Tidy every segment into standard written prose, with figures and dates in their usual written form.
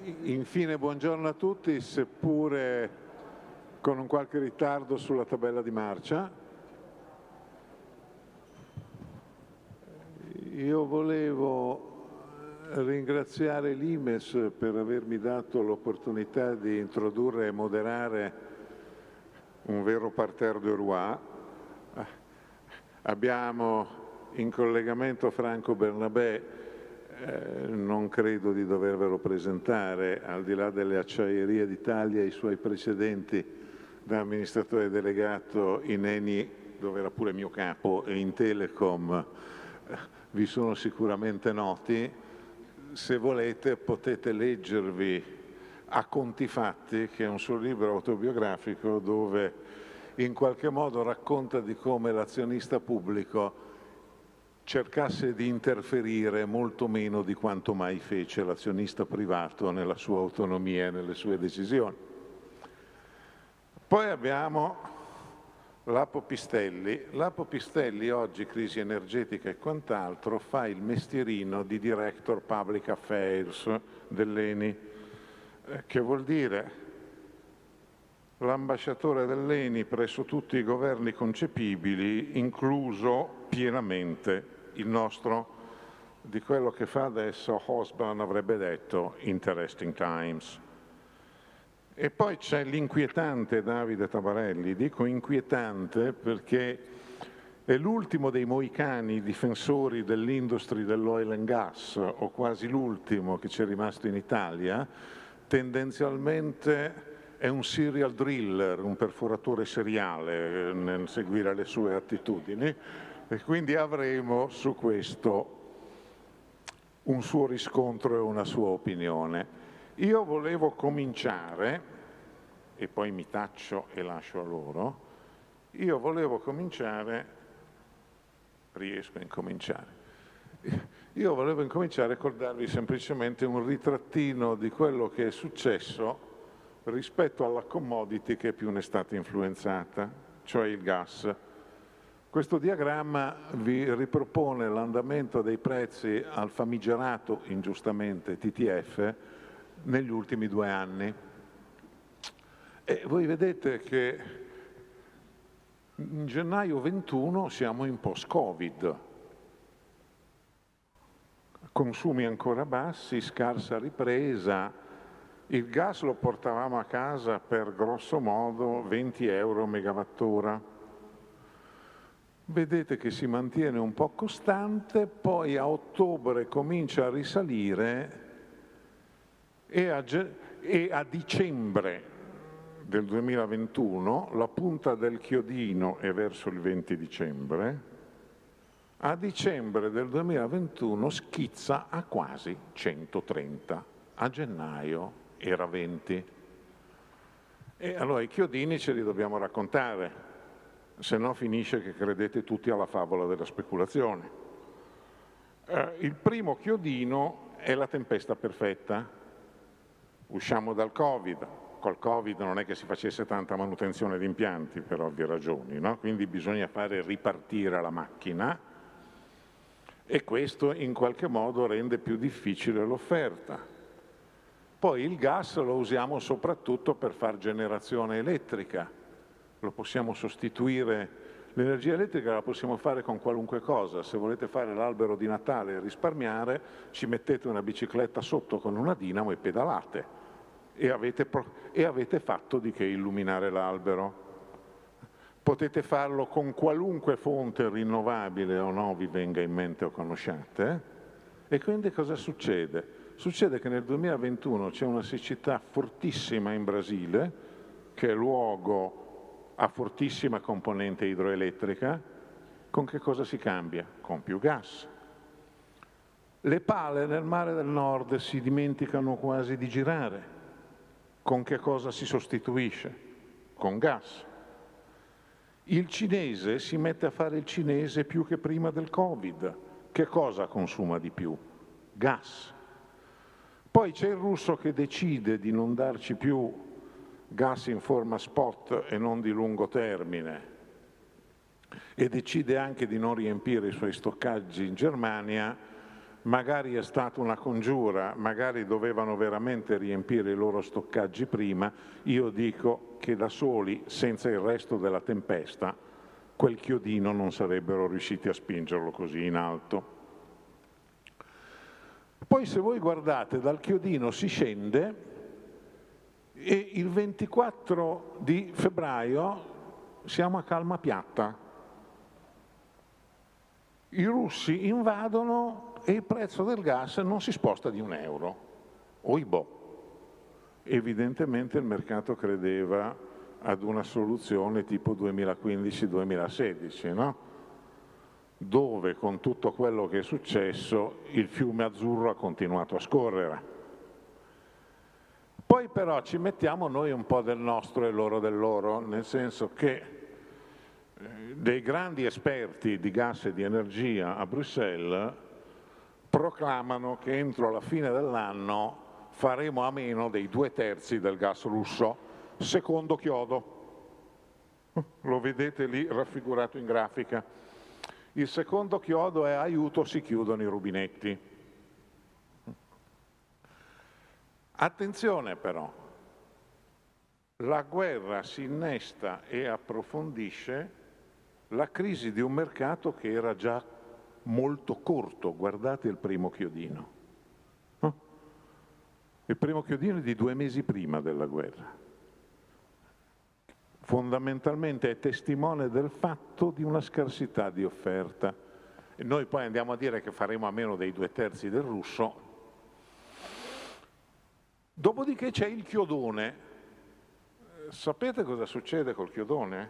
Infine, buongiorno a tutti, seppure con un qualche ritardo sulla tabella di marcia. Io volevo ringraziare l'Imes per avermi dato l'opportunità di introdurre e moderare un vero parterre de roi. Abbiamo in collegamento Franco Bernabé. Non credo di dovervelo presentare, al di là delle Acciaierie d'Italia e i suoi precedenti da amministratore delegato in Eni, dove era pure mio capo, e in Telecom, vi sono sicuramente noti. Se volete potete leggervi A conti fatti, che è un suo libro autobiografico dove in qualche modo racconta di come l'azionista pubblico cercasse di interferire molto meno di quanto mai fece l'azionista privato nella sua autonomia e nelle sue decisioni. Poi abbiamo Lapo Pistelli. Lapo Pistelli oggi, crisi energetica e quant'altro, fa il mestierino di Director Public Affairs dell'Eni, che vuol dire l'ambasciatore dell'Eni presso tutti i governi concepibili, incluso pienamente il nostro. Di quello che fa adesso Osborne avrebbe detto interesting times. E poi c'è l'inquietante Davide Tabarelli. Dico inquietante perché è l'ultimo dei moicani difensori dell'industria dell'oil and gas, o quasi l'ultimo che c'è rimasto in Italia. Tendenzialmente è un serial driller, un perforatore seriale nel seguire le sue attitudini, e quindi avremo su questo un suo riscontro e una sua opinione. Io volevo cominciare, e poi mi taccio e lascio a loro, riesco a incominciare. Io volevo incominciare col darvi semplicemente un ritrattino di quello che è successo rispetto alla commodity che più ne è stata influenzata, cioè il gas. Questo diagramma vi ripropone l'andamento dei prezzi al famigerato, ingiustamente, TTF negli ultimi 2 anni. E voi vedete che in gennaio 21 siamo in post-Covid. Consumi ancora bassi, scarsa ripresa. Il gas lo portavamo a casa per grosso modo 20 euro megawattora. Vedete che si mantiene un po' costante, poi a ottobre comincia a risalire e a dicembre del 2021 la punta del chiodino è verso il 20 dicembre, a dicembre del 2021 schizza a quasi 130, a gennaio era 20. E allora i chiodini ce li dobbiamo raccontare, se no finisce che credete tutti alla favola della speculazione. Il primo chiodino è la tempesta perfetta. Usciamo dal Covid. Col Covid non è che si facesse tanta manutenzione di impianti, per ovvie ragioni, no? Quindi bisogna fare ripartire la macchina e questo in qualche modo rende più difficile l'offerta. Poi il gas lo usiamo soprattutto per far generazione elettrica. Lo possiamo sostituire, l'energia elettrica la possiamo fare con qualunque cosa. Se volete fare l'albero di Natale e risparmiare, ci mettete una bicicletta sotto con una dinamo e pedalate e avete fatto di che illuminare l'albero. Potete farlo con qualunque fonte rinnovabile o no vi venga in mente o conosciate. E quindi cosa succede? Succede che nel 2021 c'è una siccità fortissima in Brasile, che è luogo a fortissima componente idroelettrica. Con che cosa si cambia? Con più gas. Le pale nel mare del nord si dimenticano quasi di girare. Con che cosa si sostituisce? Con gas. Il cinese si mette a fare il cinese più che prima del Covid. Che cosa consuma di più? Gas. Poi c'è il russo che decide di non darci più gas in forma spot e non di lungo termine e decide anche di non riempire i suoi stoccaggi in Germania magari è stata una congiura, magari dovevano veramente riempire i loro stoccaggi prima. Io dico che da soli, senza il resto della tempesta, quel chiodino non sarebbero riusciti a spingerlo così in alto. Poi se voi guardate, dal chiodino si scende e il 24 di febbraio siamo a calma piatta. I russi invadono e il prezzo del gas non si sposta di €1. Oibò! Evidentemente il mercato credeva ad una soluzione tipo 2015-2016, no? Dove con tutto quello che è successo il fiume azzurro ha continuato a scorrere. Poi però ci mettiamo noi un po' del nostro e loro del loro, nel senso che dei grandi esperti di gas e di energia a Bruxelles proclamano che entro la fine dell'anno faremo a meno dei 2/3 del gas russo, secondo chiodo. Lo vedete lì raffigurato in grafica. Il secondo chiodo è aiuto, si chiudono i rubinetti. Attenzione però, la guerra si innesta e approfondisce la crisi di un mercato che era già molto corto. Guardate il primo chiodino. Il primo chiodino è di 2 mesi prima della guerra. Fondamentalmente è testimone del fatto di una scarsità di offerta. E noi poi andiamo a dire che faremo a meno dei 2/3 del russo. Dopodiché c'è il chiodone. Sapete cosa succede col chiodone?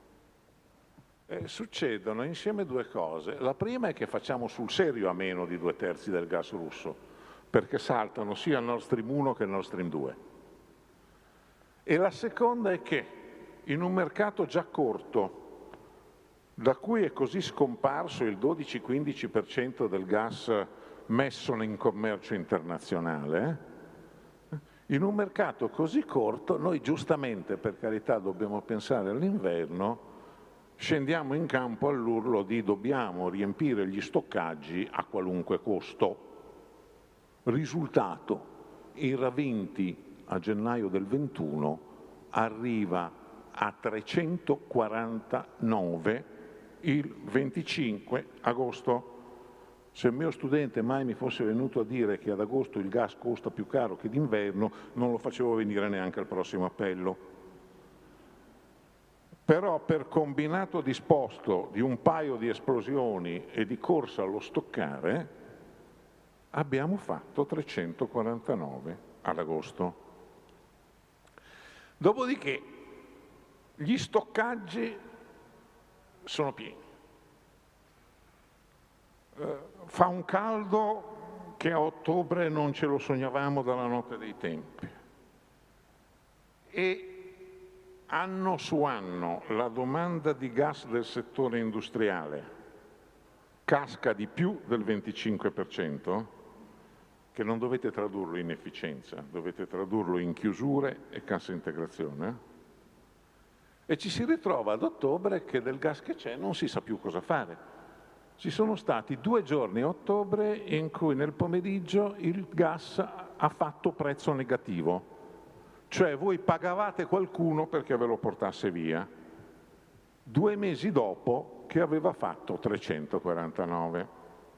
Succedono insieme due cose. La prima è che facciamo sul serio a meno di 2/3 del gas russo, perché saltano sia il Nord Stream 1 che il Nord Stream 2. E la seconda è che in un mercato già corto, da cui è così scomparso il 12-15% del gas messo in commercio internazionale, in un mercato così corto noi giustamente, per carità, dobbiamo pensare all'inverno, scendiamo in campo all'urlo di dobbiamo riempire gli stoccaggi a qualunque costo. Risultato, il Ra20 a gennaio del 21 arriva a 349 il 25 agosto. Se il mio studente mai mi fosse venuto a dire che ad agosto il gas costa più caro che d'inverno, non lo facevo venire neanche al prossimo appello. Però per combinato disposto di un paio di esplosioni e di corsa allo stoccare, abbiamo fatto 349 ad agosto. Dopodiché gli stoccaggi sono pieni. Fa un caldo che a ottobre non ce lo sognavamo dalla notte dei tempi. E anno su anno la domanda di gas del settore industriale casca di più del 25%, che non dovete tradurlo in efficienza, dovete tradurlo in chiusure e cassa integrazione. E ci si ritrova ad ottobre che del gas che c'è non si sa più cosa fare. Ci sono stati 2 giorni a ottobre in cui nel pomeriggio il gas ha fatto prezzo negativo, cioè voi pagavate qualcuno perché ve lo portasse via, 2 mesi dopo che aveva fatto 349.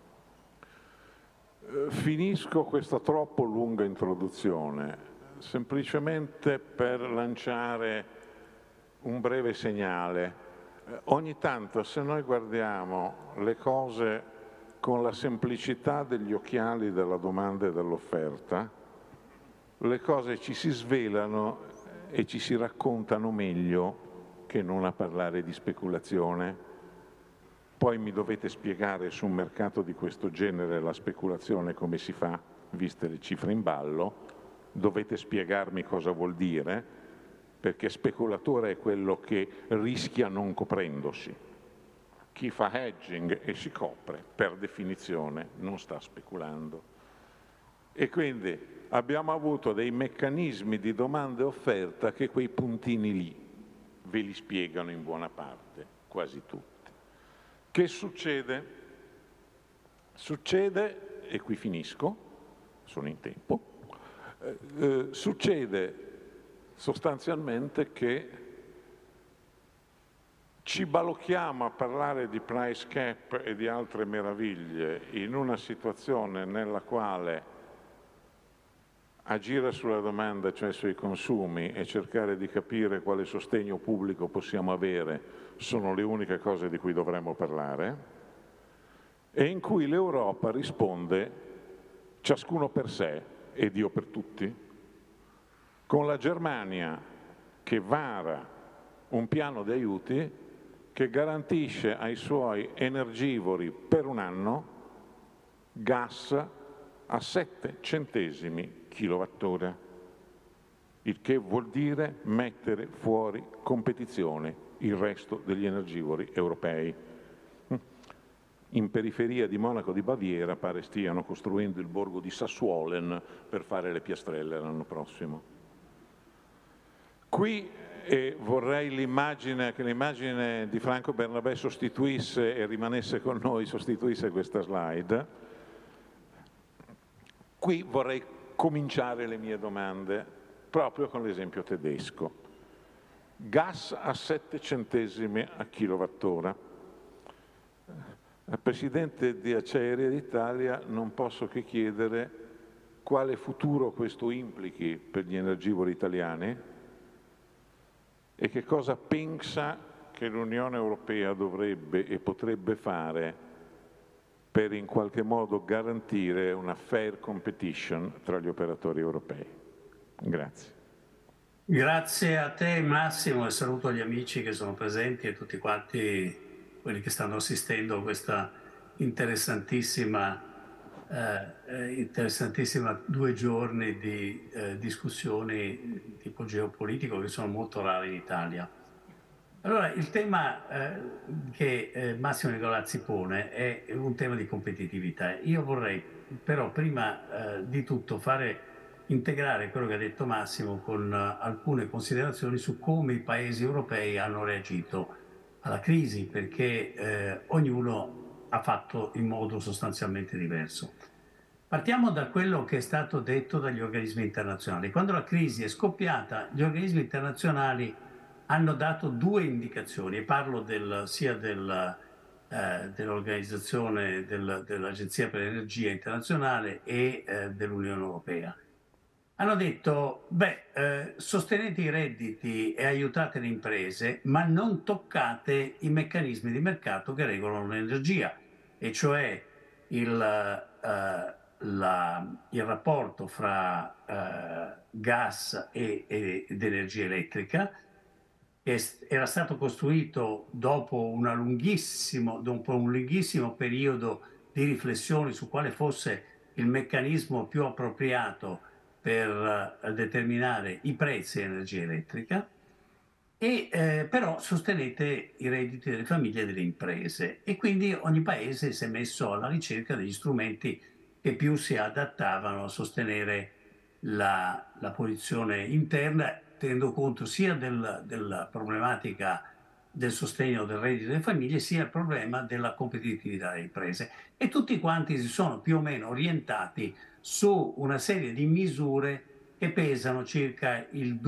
Finisco questa troppo lunga introduzione semplicemente per lanciare un breve segnale. Ogni tanto se noi guardiamo le cose con la semplicità degli occhiali della domanda e dell'offerta, le cose ci si svelano e ci si raccontano meglio che non a parlare di speculazione. Poi mi dovete spiegare su un mercato di questo genere la speculazione come si fa, viste le cifre in ballo, dovete spiegarmi cosa vuol dire, perché speculatore è quello che rischia non coprendosi. Chi fa hedging e si copre, per definizione, non sta speculando. E quindi abbiamo avuto dei meccanismi di domanda e offerta che quei puntini lì ve li spiegano in buona parte, quasi tutti. Che succede? Succede, e qui finisco, sono in tempo, succede sostanzialmente che ci balocchiamo a parlare di price cap e di altre meraviglie in una situazione nella quale agire sulla domanda, cioè sui consumi, e cercare di capire quale sostegno pubblico possiamo avere sono le uniche cose di cui dovremmo parlare, e in cui l'Europa risponde ciascuno per sé e Dio per tutti, con la Germania che vara un piano di aiuti che garantisce ai suoi energivori per un anno gas a 7 centesimi kilowattora, il che vuol dire mettere fuori competizione il resto degli energivori europei. In periferia di Monaco di Baviera pare stiano costruendo il borgo di Sassuolen per fare le piastrelle l'anno prossimo. Qui vorrei che l'immagine di Franco Bernabé sostituisse e rimanesse con noi, sostituisse questa slide. Qui vorrei cominciare le mie domande proprio con l'esempio tedesco. Gas a 7 centesimi a kilowattora. Al Presidente di Acciaierie d'Italia non posso che chiedere quale futuro questo implichi per gli energivori italiani e che cosa pensa che l'Unione Europea dovrebbe e potrebbe fare per in qualche modo garantire una fair competition tra gli operatori europei. Grazie. Grazie a te Massimo e saluto gli amici che sono presenti e tutti quanti quelli che stanno assistendo a questa interessantissima 2 giorni di discussioni tipo geopolitico che sono molto rare in Italia. Allora, il tema che Massimo Nicolazzi pone è un tema di competitività. Io vorrei però prima di tutto integrare quello che ha detto Massimo con alcune considerazioni su come i paesi europei hanno reagito alla crisi, perché ognuno ha fatto in modo sostanzialmente diverso. Partiamo da quello che è stato detto dagli organismi internazionali. Quando la crisi è scoppiata, gli organismi internazionali hanno dato 2 indicazioni, e parlo sia dell'organizzazione dell'Agenzia per l'Energia Internazionale e dell'Unione Europea. Hanno detto, sostenete i redditi e aiutate le imprese, ma non toccate i meccanismi di mercato che regolano l'energia, e cioè il rapporto fra gas ed energia elettrica, che era stato costruito dopo un lunghissimo periodo di riflessioni su quale fosse il meccanismo più appropriato per determinare i prezzi dell'energia elettrica, e però sostenete i redditi delle famiglie e delle imprese, e quindi ogni paese si è messo alla ricerca degli strumenti che più si adattavano a sostenere la posizione interna, tenendo conto sia della problematica del sostegno del reddito delle famiglie, sia il problema della competitività delle imprese. E tutti quanti si sono più o meno orientati su una serie di misure che pesano circa il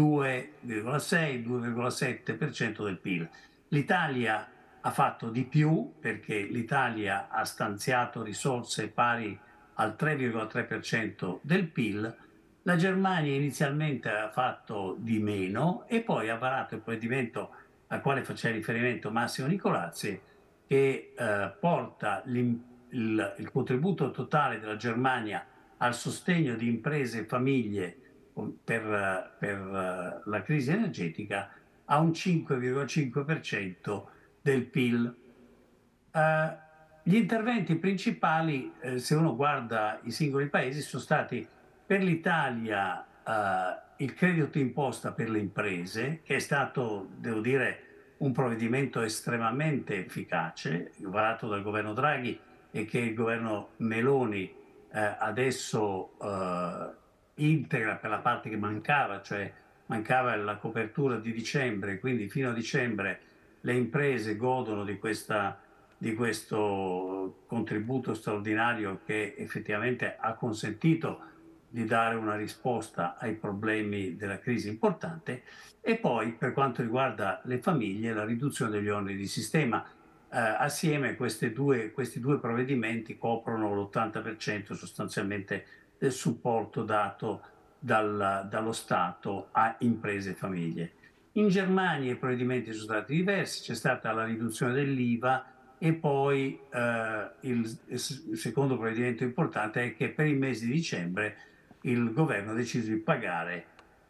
2,6-2,7% del PIL. L'Italia ha fatto di più, perché l'Italia ha stanziato risorse pari al 3,3% del PIL. La Germania inizialmente ha fatto di meno e poi ha varato il provvedimento al quale faceva riferimento Massimo Nicolazzi, che porta il contributo totale della Germania al sostegno di imprese e famiglie per la crisi energetica a un 5,5% del PIL. Gli interventi principali, se uno guarda i singoli paesi, sono stati per l'Italia il credito d'imposta per le imprese, che è stato, devo dire, un provvedimento estremamente efficace, varato dal governo Draghi e che il governo Meloni adesso integra per la parte che mancava, cioè mancava la copertura di dicembre, quindi fino a dicembre le imprese godono di questa di questo contributo straordinario che effettivamente ha consentito di dare una risposta ai problemi della crisi importante. E poi, per quanto riguarda le famiglie, la riduzione degli oneri di sistema. Assieme questi due provvedimenti coprono l'80% sostanzialmente del supporto dato dallo Stato a imprese e famiglie. In Germania i provvedimenti sono stati diversi, c'è stata la riduzione dell'IVA e poi il secondo provvedimento importante è che per il mese di dicembre il governo ha deciso di pagare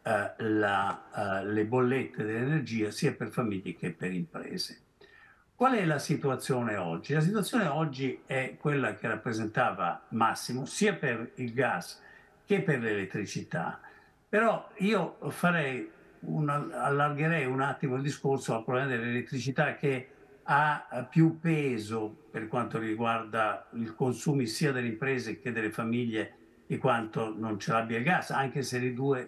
le bollette dell'energia sia per famiglie che per imprese. Qual è la situazione oggi? La situazione oggi è quella che rappresentava Massimo sia per il gas che per l'elettricità, però io allargherei un attimo il discorso al problema dell'elettricità che ha più peso per quanto riguarda i consumi sia delle imprese che delle famiglie di quanto non ce l'abbia il gas, anche se le due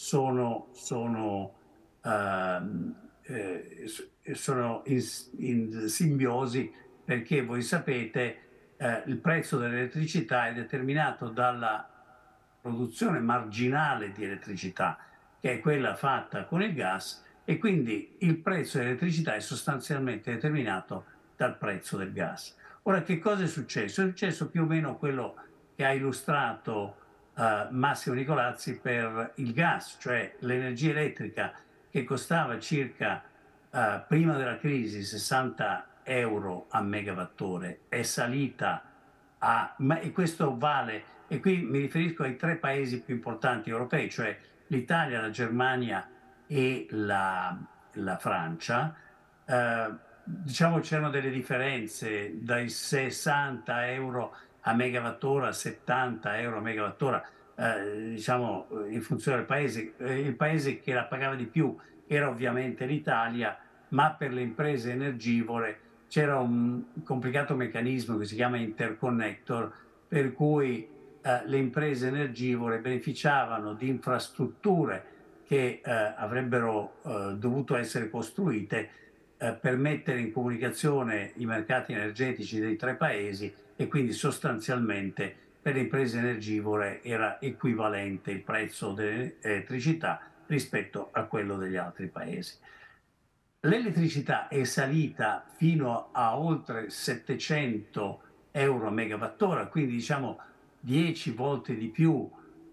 ehm, sono in simbiosi, perché voi sapete il prezzo dell'elettricità è determinato dalla produzione marginale di elettricità, che è quella fatta con il gas, e quindi il prezzo dell'elettricità è sostanzialmente determinato dal prezzo del gas. Ora, che cosa è successo? È successo più o meno quello che ha illustrato Massimo Nicolazzi per il gas, cioè l'energia elettrica che costava circa prima della crisi 60 euro a megawattora, è salita e questo vale, e qui mi riferisco ai tre paesi più importanti europei, cioè l'Italia, la Germania e la Francia. Diciamo c'erano delle differenze dai 60 euro a megawattora a 70 euro a megawattora, diciamo in funzione del paese. Il paese che la pagava di più era ovviamente l'Italia, ma per le imprese energivore c'era un complicato meccanismo che si chiama interconnector, per cui le imprese energivore beneficiavano di infrastrutture che avrebbero dovuto essere costruite per mettere in comunicazione i mercati energetici dei tre paesi, e quindi sostanzialmente per le imprese energivore era equivalente il prezzo dell'elettricità rispetto a quello degli altri paesi. L'elettricità è salita fino a oltre 700 euro a megawattora, quindi diciamo 10 volte di più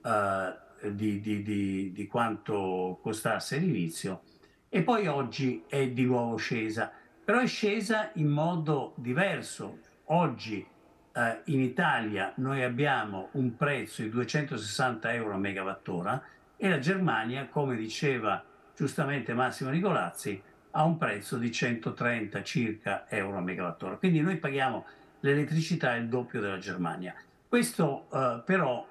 di quanto costasse all'inizio, e poi oggi è di nuovo scesa, però è scesa in modo diverso. Oggi in Italia noi abbiamo un prezzo di 260 euro a megawattora e la Germania, come diceva giustamente Massimo Nicolazzi, a un prezzo di 130 circa euro a megawattora. Quindi noi paghiamo l'elettricità il doppio della Germania. Questo però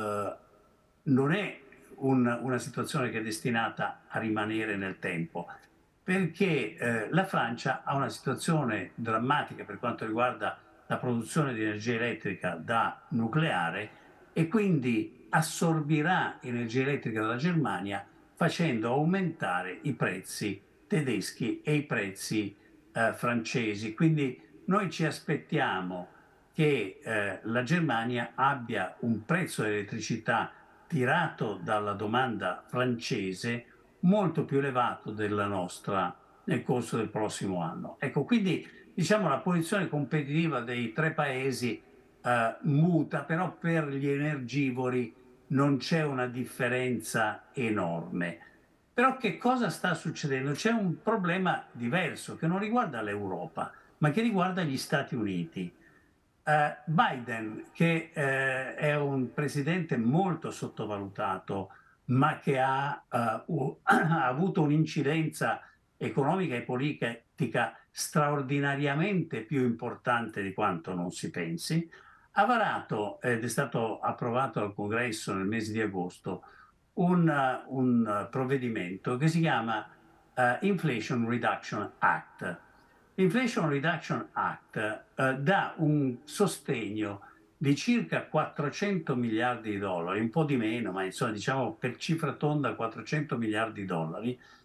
non è una situazione che è destinata a rimanere nel tempo, perché la Francia ha una situazione drammatica per quanto riguarda la produzione di energia elettrica da nucleare, e quindi assorbirà energia elettrica dalla Germania facendo aumentare i prezzi tedeschi e i prezzi francesi. Quindi noi ci aspettiamo che la Germania abbia un prezzo dell'elettricità tirato dalla domanda francese molto più elevato della nostra nel corso del prossimo anno. Ecco, quindi diciamo la posizione competitiva dei tre paesi muta, però per gli energivori non c'è una differenza enorme. Però che cosa sta succedendo? C'è un problema diverso che non riguarda l'Europa, ma che riguarda gli Stati Uniti. Biden, che è un presidente molto sottovalutato, ma che ha avuto un'incidenza economica e politica straordinariamente più importante di quanto non si pensi, ha varato, ed è stato approvato dal Congresso nel mese di agosto, un provvedimento che si chiama Inflation Reduction Act. L'Inflation Reduction Act dà un sostegno di circa 400 miliardi di dollari, un po' di meno, ma insomma diciamo per cifra tonda 400 miliardi di dollari,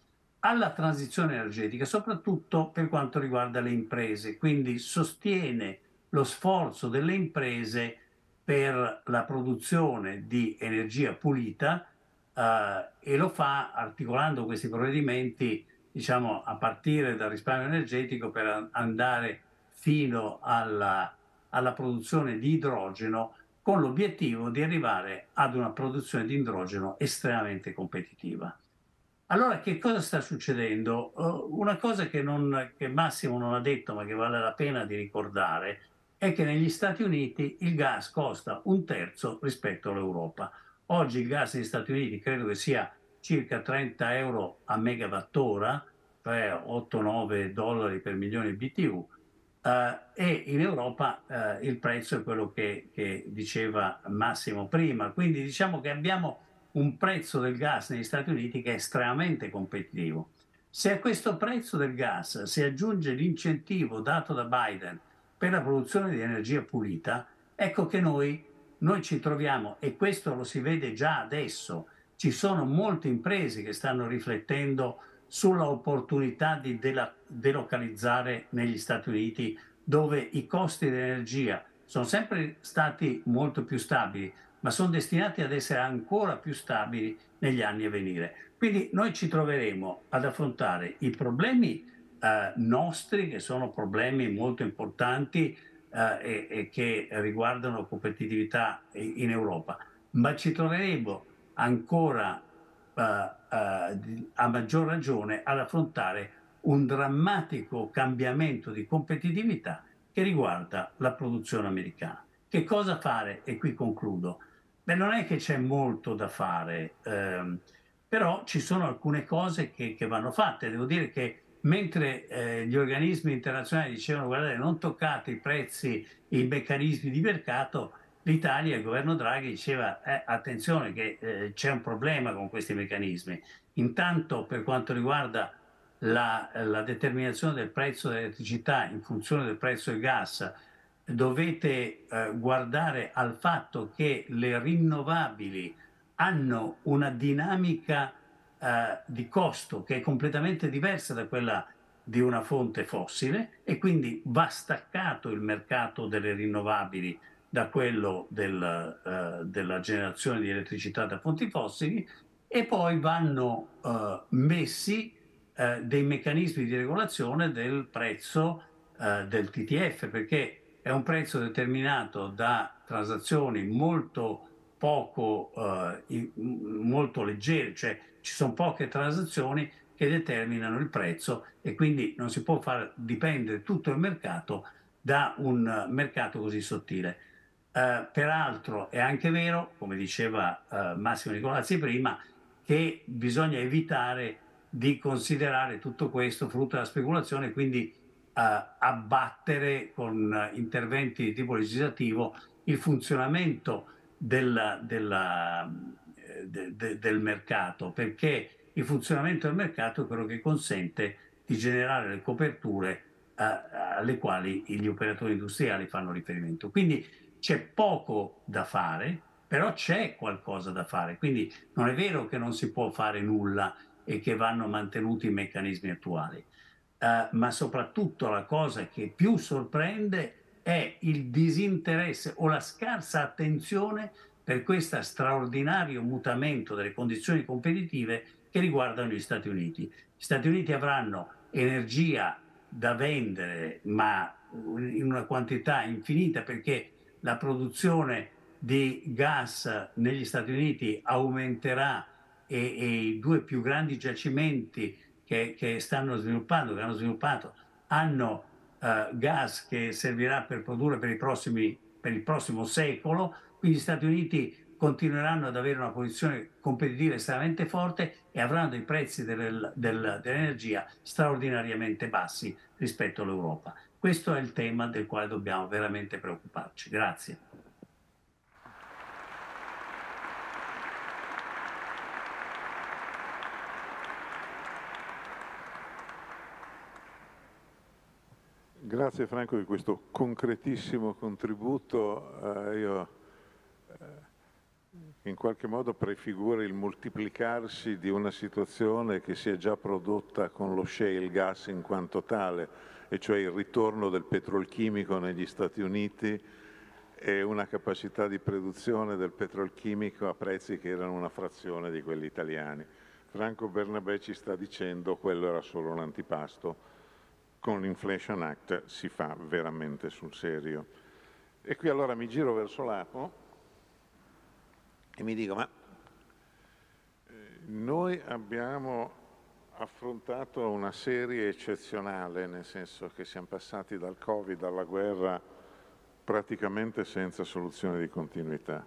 alla transizione energetica, soprattutto per quanto riguarda le imprese, quindi sostiene lo sforzo delle imprese per la produzione di energia pulita e lo fa articolando questi provvedimenti, diciamo, a partire dal risparmio energetico per andare fino alla produzione di idrogeno con l'obiettivo di arrivare ad una produzione di idrogeno estremamente competitiva. Allora, che cosa sta succedendo? Una cosa che Massimo non ha detto, ma che vale la pena di ricordare, è che negli Stati Uniti il gas costa un terzo rispetto all'Europa. Oggi il gas negli Stati Uniti credo che sia circa 30 euro a megawattora, cioè 8-9 dollari per milione BTU, e in Europa il prezzo è quello che diceva Massimo prima. Quindi diciamo che abbiamo un prezzo del gas negli Stati Uniti che è estremamente competitivo. Se a questo prezzo del gas si aggiunge l'incentivo dato da Biden per la produzione di energia pulita, ecco che noi ci troviamo, e questo lo si vede già adesso, ci sono molte imprese che stanno riflettendo sulla opportunità di delocalizzare negli Stati Uniti, dove i costi dell'energia sono sempre stati molto più stabili, ma sono destinati ad essere ancora più stabili negli anni a venire. Quindi noi ci troveremo ad affrontare i problemi nostri, che sono problemi molto importanti e che riguardano competitività in Europa, ma ci troveremo ancora a maggior ragione ad affrontare un drammatico cambiamento di competitività che riguarda la produzione americana. Che cosa fare? E qui concludo. Beh, non è che c'è molto da fare, però ci sono alcune cose che vanno fatte. Devo dire che mentre gli organismi internazionali dicevano guardate, non toccate i prezzi, i meccanismi di mercato, l'Italia, il governo Draghi diceva attenzione che c'è un problema con questi meccanismi. Intanto per quanto riguarda la determinazione del prezzo dell'elettricità in funzione del prezzo del gas, dovete guardare al fatto che le rinnovabili hanno una dinamica di costo che è completamente diversa da quella di una fonte fossile e quindi va staccato il mercato delle rinnovabili da quello della generazione di elettricità da fonti fossili e poi vanno messi dei meccanismi di regolazione del prezzo del TTF, perché è un prezzo determinato da transazioni molto poco, molto leggere, cioè ci sono poche transazioni che determinano il prezzo e quindi non si può far dipendere tutto il mercato da un mercato così sottile. Peraltro è anche vero, come diceva Massimo Nicolazzi prima, che bisogna evitare di considerare tutto questo frutto della speculazione, quindi abbattere con interventi di tipo legislativo il funzionamento del mercato, perché il funzionamento del mercato è quello che consente di generare le coperture alle quali gli operatori industriali fanno riferimento. Quindi c'è poco da fare, però c'è qualcosa da fare. Quindi non è vero che non si può fare nulla e che vanno mantenuti i meccanismi attuali. Ma soprattutto la cosa che più sorprende è il disinteresse o la scarsa attenzione per questo straordinario mutamento delle condizioni competitive che riguardano gli Stati Uniti. Gli Stati Uniti avranno energia da vendere, ma in una quantità infinita perché la produzione di gas negli Stati Uniti aumenterà e i due più grandi giacimenti che stanno sviluppando, che hanno sviluppato, hanno gas che servirà per produrre per il prossimo secolo, quindi gli Stati Uniti continueranno ad avere una posizione competitiva estremamente forte e avranno dei prezzi dell'energia straordinariamente bassi rispetto all'Europa. Questo è il tema del quale dobbiamo veramente preoccuparci. Grazie. Grazie Franco di questo concretissimo contributo. Io in qualche modo prefigura il moltiplicarsi di una situazione che si è già prodotta con lo shale gas in quanto tale, e cioè il ritorno del petrolchimico negli Stati Uniti e una capacità di produzione del petrolchimico a prezzi che erano una frazione di quelli italiani. Franco Bernabé ci sta dicendo che quello era solo un antipasto, con l'Inflation Act si fa veramente sul serio. E qui allora mi giro verso l'Apo e mi dico, ma noi abbiamo affrontato una serie eccezionale, nel senso che siamo passati dal Covid alla guerra praticamente senza soluzione di continuità.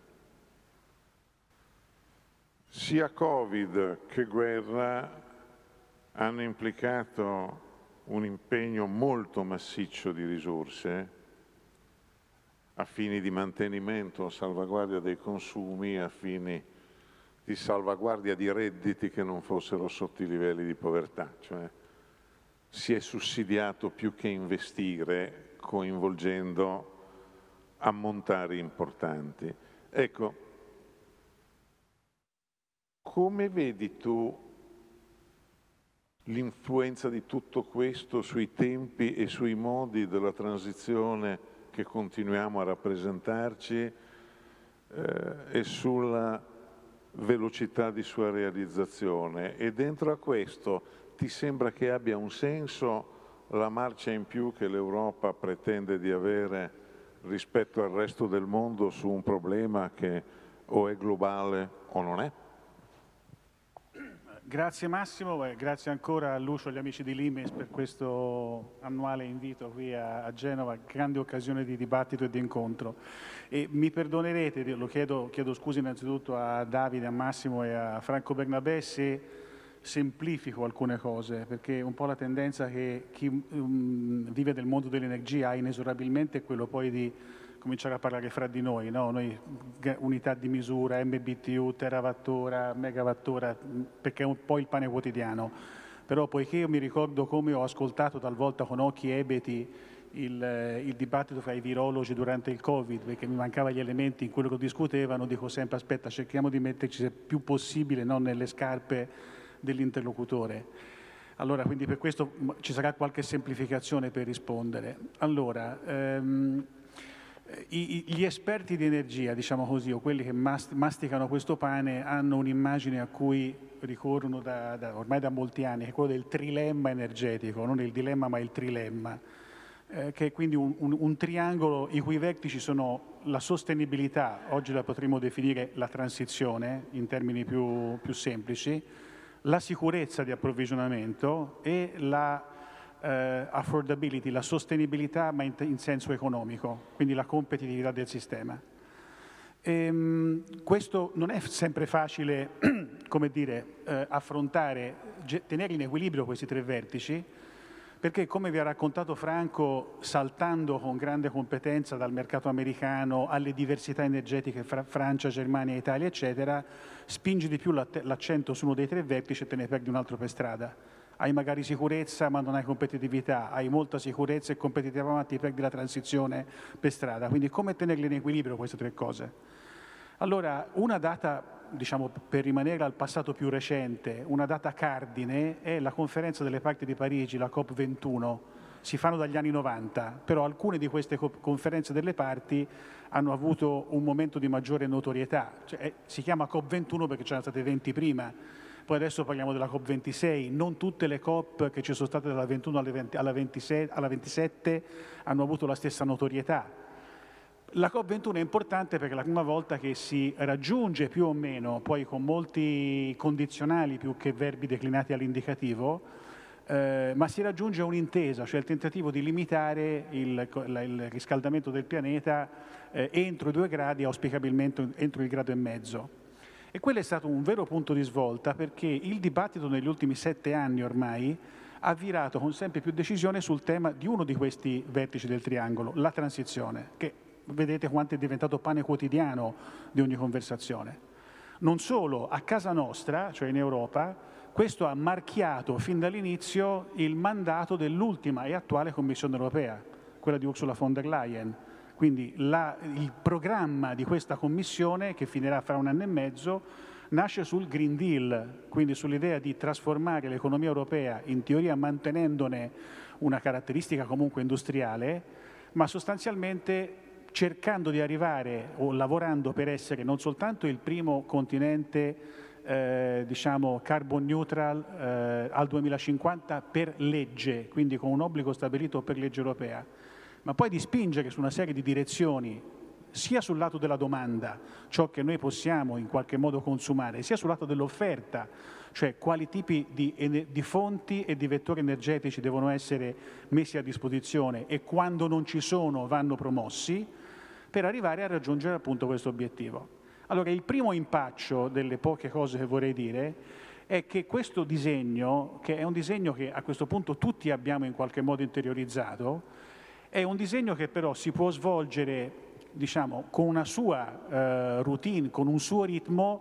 Sia Covid che guerra hanno implicato un impegno molto massiccio di risorse a fini di mantenimento, salvaguardia dei consumi, a fini di salvaguardia di redditi che non fossero sotto i livelli di povertà, cioè si è sussidiato più che investire, coinvolgendo ammontari importanti. Ecco, come vedi tu l'influenza di tutto questo sui tempi e sui modi della transizione che continuiamo a rappresentarci e sulla velocità di sua realizzazione? E dentro a questo ti sembra che abbia un senso la marcia in più che l'Europa pretende di avere rispetto al resto del mondo su un problema che o è globale o non è? Grazie Massimo e grazie ancora a Lucio e agli amici di Limes per questo annuale invito qui a Genova, grande occasione di dibattito e di incontro. E mi perdonerete, lo chiedo scusa innanzitutto a Davide, a Massimo e a Franco Bernabé se semplifico alcune cose, perché un po' la tendenza che chi vive del mondo dell'energia ha inesorabilmente è quello poi di cominciare a parlare fra di noi, no? Noi unità di misura, MBTU, terawattora, megawattora, perché è un po' il pane quotidiano. Però poiché io mi ricordo come ho ascoltato talvolta con occhi ebeti il dibattito fra i virologi durante il Covid, perché mi mancavano gli elementi in quello che discutevano, dico sempre aspetta, cerchiamo di metterci se più possibile nelle scarpe dell'interlocutore. Allora, quindi per questo ci sarà qualche semplificazione per rispondere. Allora, gli esperti di energia, diciamo così, o quelli che masticano questo pane, hanno un'immagine a cui ricorrono ormai da molti anni, che è quello del trilemma energetico, non il dilemma ma il trilemma, che è quindi un triangolo i cui vertici sono la sostenibilità, oggi la potremmo definire la transizione in termini più semplici, la sicurezza di approvvigionamento e la affordability, la sostenibilità ma in senso economico, quindi la competitività del sistema. Questo non è sempre facile, come dire, affrontare, tenere in equilibrio questi tre vertici, perché come vi ha raccontato Franco, saltando con grande competenza dal mercato americano alle diversità energetiche fra Francia, Germania, Italia, eccetera, spingi di più l'accento su uno dei tre vertici e te ne perdi un altro per strada. Hai magari sicurezza ma non hai competitività, hai molta sicurezza e competitività ma ti perdi la transizione per strada. Quindi come tenerle in equilibrio queste tre cose? Allora, una data, diciamo, per rimanere al passato più recente, una data cardine è la conferenza delle parti di Parigi, la COP21. Si fanno dagli anni 90, però alcune di queste conferenze delle parti hanno avuto un momento di maggiore notorietà. Cioè, si chiama COP21 perché c'erano state 20 prima. Poi adesso parliamo della COP26, non tutte le COP che ci sono state dalla 21 alla 27 hanno avuto la stessa notorietà. La COP21 è importante perché è la prima volta che si raggiunge più o meno, poi con molti condizionali più che verbi declinati all'indicativo, ma si raggiunge un'intesa, cioè il tentativo di limitare il riscaldamento del pianeta entro i 2 gradi, auspicabilmente entro il 1,5 gradi. E quello è stato un vero punto di svolta perché il dibattito negli ultimi 7 anni ormai ha virato con sempre più decisione sul tema di uno di questi vertici del triangolo, la transizione, che vedete quanto è diventato pane quotidiano di ogni conversazione. Non solo, a casa nostra, cioè in Europa, questo ha marchiato fin dall'inizio il mandato dell'ultima e attuale Commissione europea, quella di Ursula von der Leyen, Quindi il programma di questa commissione, che finirà fra 1 anno e mezzo, nasce sul Green Deal, quindi sull'idea di trasformare l'economia europea, in teoria mantenendone una caratteristica comunque industriale, ma sostanzialmente cercando di arrivare o lavorando per essere non soltanto il primo continente diciamo carbon neutral al 2050 per legge, quindi con un obbligo stabilito per legge europea, ma poi di spingere su una serie di direzioni sia sul lato della domanda, ciò che noi possiamo in qualche modo consumare, sia sul lato dell'offerta, cioè quali tipi di fonti e di vettori energetici devono essere messi a disposizione e quando non ci sono vanno promossi, per arrivare a raggiungere appunto questo obiettivo. Allora, il primo impaccio delle poche cose che vorrei dire è che questo disegno, che è un disegno che a questo punto tutti abbiamo in qualche modo interiorizzato, è un disegno che però si può svolgere, diciamo, con una sua routine, con un suo ritmo,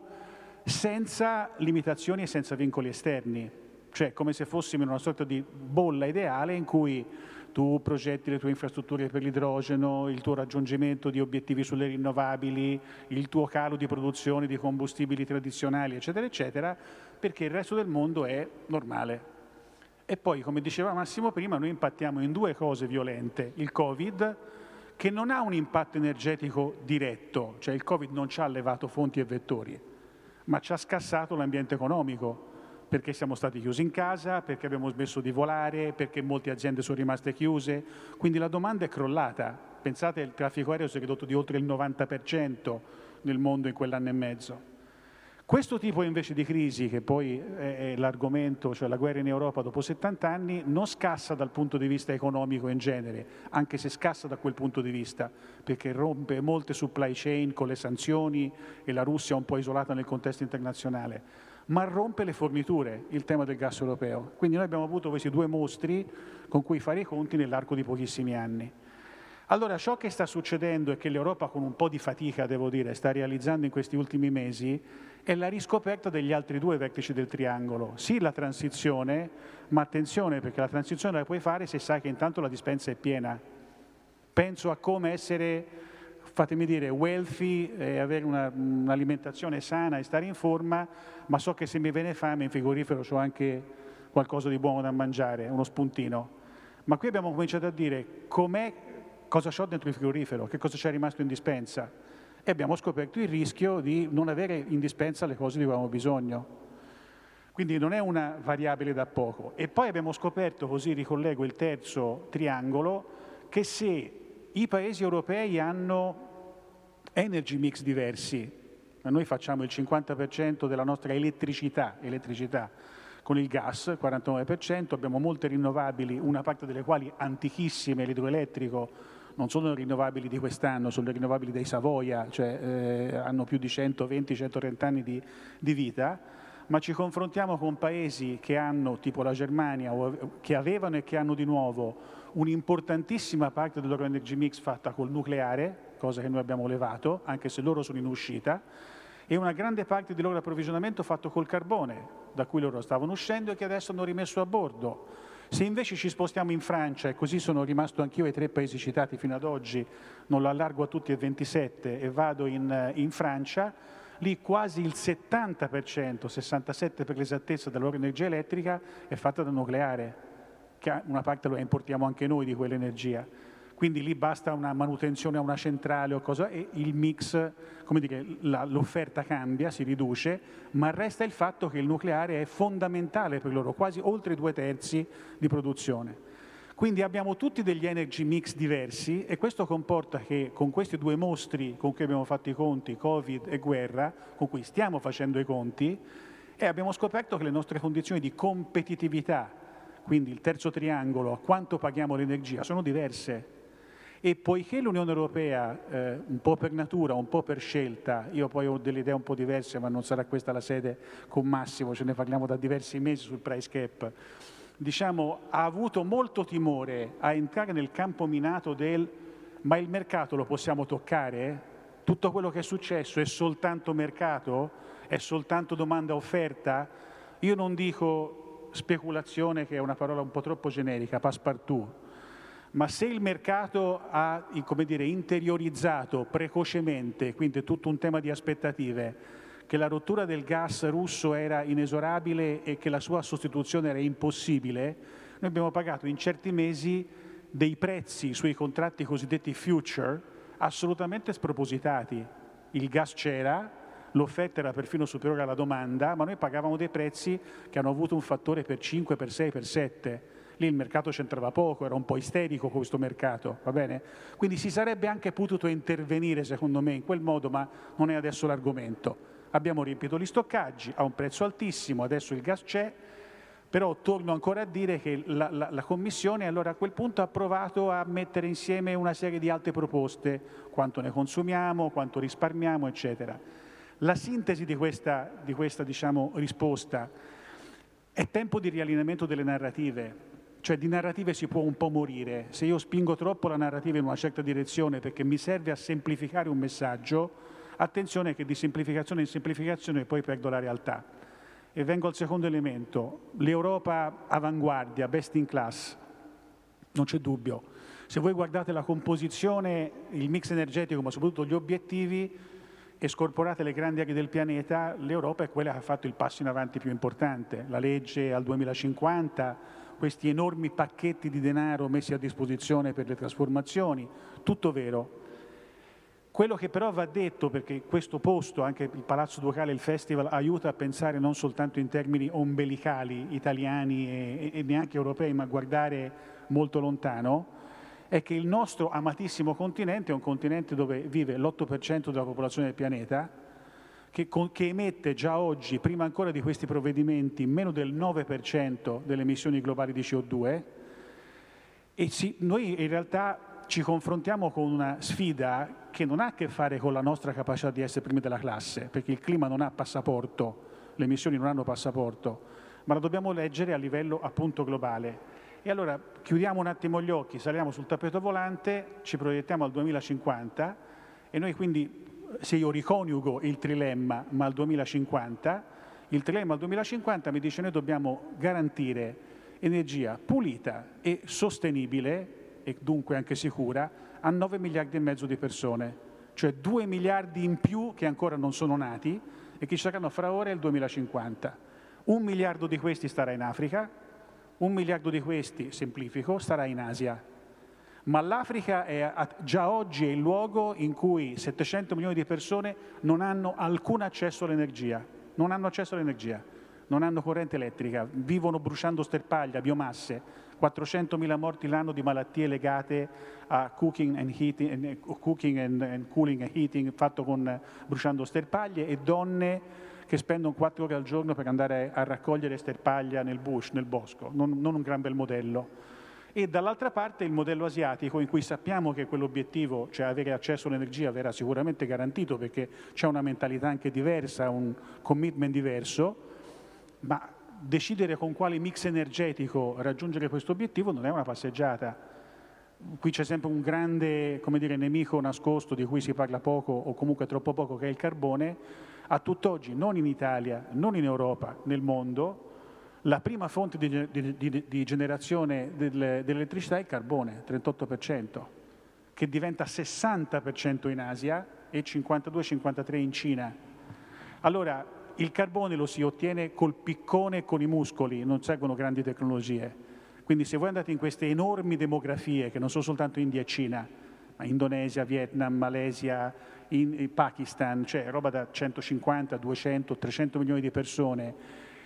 senza limitazioni e senza vincoli esterni, cioè come se fossimo in una sorta di bolla ideale in cui tu progetti le tue infrastrutture per l'idrogeno, il tuo raggiungimento di obiettivi sulle rinnovabili, il tuo calo di produzione di combustibili tradizionali, eccetera, eccetera, perché il resto del mondo è normale. E poi, come diceva Massimo prima, noi impattiamo in 2 cose violente. Il Covid, che non ha un impatto energetico diretto, cioè il Covid non ci ha levato fonti e vettori, ma ci ha scassato l'ambiente economico, perché siamo stati chiusi in casa, perché abbiamo smesso di volare, perché molte aziende sono rimaste chiuse, quindi la domanda è crollata. Pensate, il traffico aereo si è ridotto di oltre il 90% nel mondo in quell'anno e mezzo. Questo tipo invece di crisi, che poi è l'argomento, cioè la guerra in Europa dopo 70 anni, non scassa dal punto di vista economico in genere, anche se scassa da quel punto di vista, perché rompe molte supply chain con le sanzioni e la Russia un po' isolata nel contesto internazionale, ma rompe le forniture, il tema del gas europeo. Quindi noi abbiamo avuto questi 2 mostri con cui fare i conti nell'arco di pochissimi anni. Allora, ciò che sta succedendo e che l'Europa con un po' di fatica, devo dire, sta realizzando in questi ultimi mesi è la riscoperta degli altri 2 vertici del triangolo. Sì, la transizione, ma attenzione, perché la transizione la puoi fare se sai che intanto la dispensa è piena. Penso a come essere, fatemi dire, wealthy e avere un'alimentazione sana e stare in forma, ma so che se mi viene fame in frigorifero c'ho anche qualcosa di buono da mangiare, uno spuntino. Ma qui abbiamo cominciato a dire cosa c'ho dentro il frigorifero, che cosa c'è rimasto in dispensa, e abbiamo scoperto il rischio di non avere in dispensa le cose di cui avevamo bisogno. Quindi non è una variabile da poco. E poi abbiamo scoperto, così ricollego il terzo triangolo, che se i paesi europei hanno energy mix diversi, noi facciamo il 50% della nostra elettricità con il gas, il 49%, abbiamo molte rinnovabili, una parte delle quali antichissime, l'idroelettrico, non sono rinnovabili di quest'anno, sono le rinnovabili dei Savoia, cioè hanno più di 120-130 anni di vita, ma ci confrontiamo con paesi che hanno, tipo la Germania, che avevano e che hanno di nuovo un'importantissima parte del loro energy mix fatta col nucleare, cosa che noi abbiamo levato, anche se loro sono in uscita, e una grande parte del loro approvvigionamento fatto col carbone, da cui loro stavano uscendo e che adesso hanno rimesso a bordo. Se invece ci spostiamo in Francia, e così sono rimasto anch'io ai 3 paesi citati fino ad oggi, non lo allargo a tutti e 27 e vado in Francia, lì quasi il 70%, 67% per l'esattezza della loro energia elettrica è fatta da nucleare, che una parte lo importiamo anche noi di quell'energia. Quindi lì basta una manutenzione a una centrale o cosa e il mix, come dire, l'offerta cambia, si riduce, ma resta il fatto che il nucleare è fondamentale per loro, quasi oltre 2/3 di produzione. Quindi abbiamo tutti degli energy mix diversi e questo comporta che con questi 2 mostri con cui abbiamo fatto i conti, Covid e guerra, con cui stiamo facendo i conti, e abbiamo scoperto che le nostre condizioni di competitività, quindi il terzo triangolo, a quanto paghiamo l'energia, sono diverse. E poiché l'Unione Europea, un po' per natura, un po' per scelta, io poi ho delle idee un po' diverse, ma non sarà questa la sede con Massimo, ce ne parliamo da diversi mesi sul price cap, diciamo, ha avuto molto timore a entrare nel campo minato ma il mercato lo possiamo toccare? Tutto quello che è successo è soltanto mercato? È soltanto domanda-offerta? Io non dico speculazione, che è una parola un po' troppo generica, passepartout, ma se il mercato ha, come dire, interiorizzato precocemente, quindi è tutto un tema di aspettative, che la rottura del gas russo era inesorabile e che la sua sostituzione era impossibile, noi abbiamo pagato in certi mesi dei prezzi sui contratti cosiddetti future assolutamente spropositati. Il gas c'era, l'offerta era perfino superiore alla domanda, ma noi pagavamo dei prezzi che hanno avuto un fattore per 5, per 6, per 7. Lì il mercato c'entrava poco, era un po' isterico questo mercato, va bene? Quindi si sarebbe anche potuto intervenire, secondo me, in quel modo, ma non è adesso l'argomento. Abbiamo riempito gli stoccaggi a un prezzo altissimo, adesso il gas c'è, però torno ancora a dire che la Commissione allora a quel punto ha provato a mettere insieme una serie di altre proposte, quanto ne consumiamo, quanto risparmiamo, eccetera. La sintesi di questa diciamo, risposta è tempo di riallineamento delle narrative. Cioè di narrative si può un po' morire. Se io spingo troppo la narrativa in una certa direzione perché mi serve a semplificare un messaggio, attenzione che di semplificazione in semplificazione poi perdo la realtà. E vengo al secondo elemento, l'Europa avanguardia, best in class, non c'è dubbio. Se voi guardate la composizione, il mix energetico, ma soprattutto gli obiettivi, e scorporate le grandi aree del pianeta, l'Europa è quella che ha fatto il passo in avanti più importante. La legge al 2050, questi enormi pacchetti di denaro messi a disposizione per le trasformazioni, tutto vero. Quello che però va detto, perché questo posto, anche il Palazzo Ducale, il Festival, aiuta a pensare non soltanto in termini ombelicali, italiani e neanche europei, ma guardare molto lontano, è che il nostro amatissimo continente è un continente dove vive l'8% della popolazione del pianeta, che emette già oggi, prima ancora di questi provvedimenti, meno del 9% delle emissioni globali di CO2, e noi in realtà ci confrontiamo con una sfida che non ha a che fare con la nostra capacità di essere primi della classe, perché il clima non ha passaporto, le emissioni non hanno passaporto, ma la dobbiamo leggere a livello appunto globale. E allora chiudiamo un attimo gli occhi, saliamo sul tappeto volante, ci proiettiamo al 2050 e noi quindi, se io riconiugo il trilemma ma al 2050, il trilemma al 2050 mi dice noi dobbiamo garantire energia pulita e sostenibile e dunque anche sicura a 9 miliardi e mezzo di persone, cioè 2 miliardi in più che ancora non sono nati e che ci saranno fra ora e il 2050. 1 miliardo di questi starà in Africa, 1 miliardo di questi, semplifico, starà in Asia. Ma l'Africa già oggi è il luogo in cui 700 milioni di persone non hanno alcun accesso all'energia, non hanno accesso all'energia, non hanno corrente elettrica, vivono bruciando sterpaglia, biomasse, 400.000 morti l'anno di malattie legate a cooking and cooling and heating fatto bruciando sterpaglie e donne che spendono 4 ore al giorno per andare a raccogliere sterpaglia nel bush, nel bosco, non un gran bel modello. E dall'altra parte il modello asiatico in cui sappiamo che quell'obiettivo, cioè avere accesso all'energia, verrà sicuramente garantito perché c'è una mentalità anche diversa, un commitment diverso, ma decidere con quale mix energetico raggiungere questo obiettivo non è una passeggiata. Qui c'è sempre un grande, come dire, nemico nascosto di cui si parla poco o comunque troppo poco, che è il carbone. A tutt'oggi, non in Italia, non in Europa, nel mondo, la prima fonte di generazione dell'elettricità è il carbone, 38%, che diventa 60% in Asia e 52-53% in Cina. Allora, il carbone lo si ottiene col piccone e con i muscoli, non servono grandi tecnologie. Quindi se voi andate in queste enormi demografie, che non sono soltanto India e Cina, ma Indonesia, Vietnam, Malesia, Pakistan, cioè roba da 150, 200, 300 milioni di persone,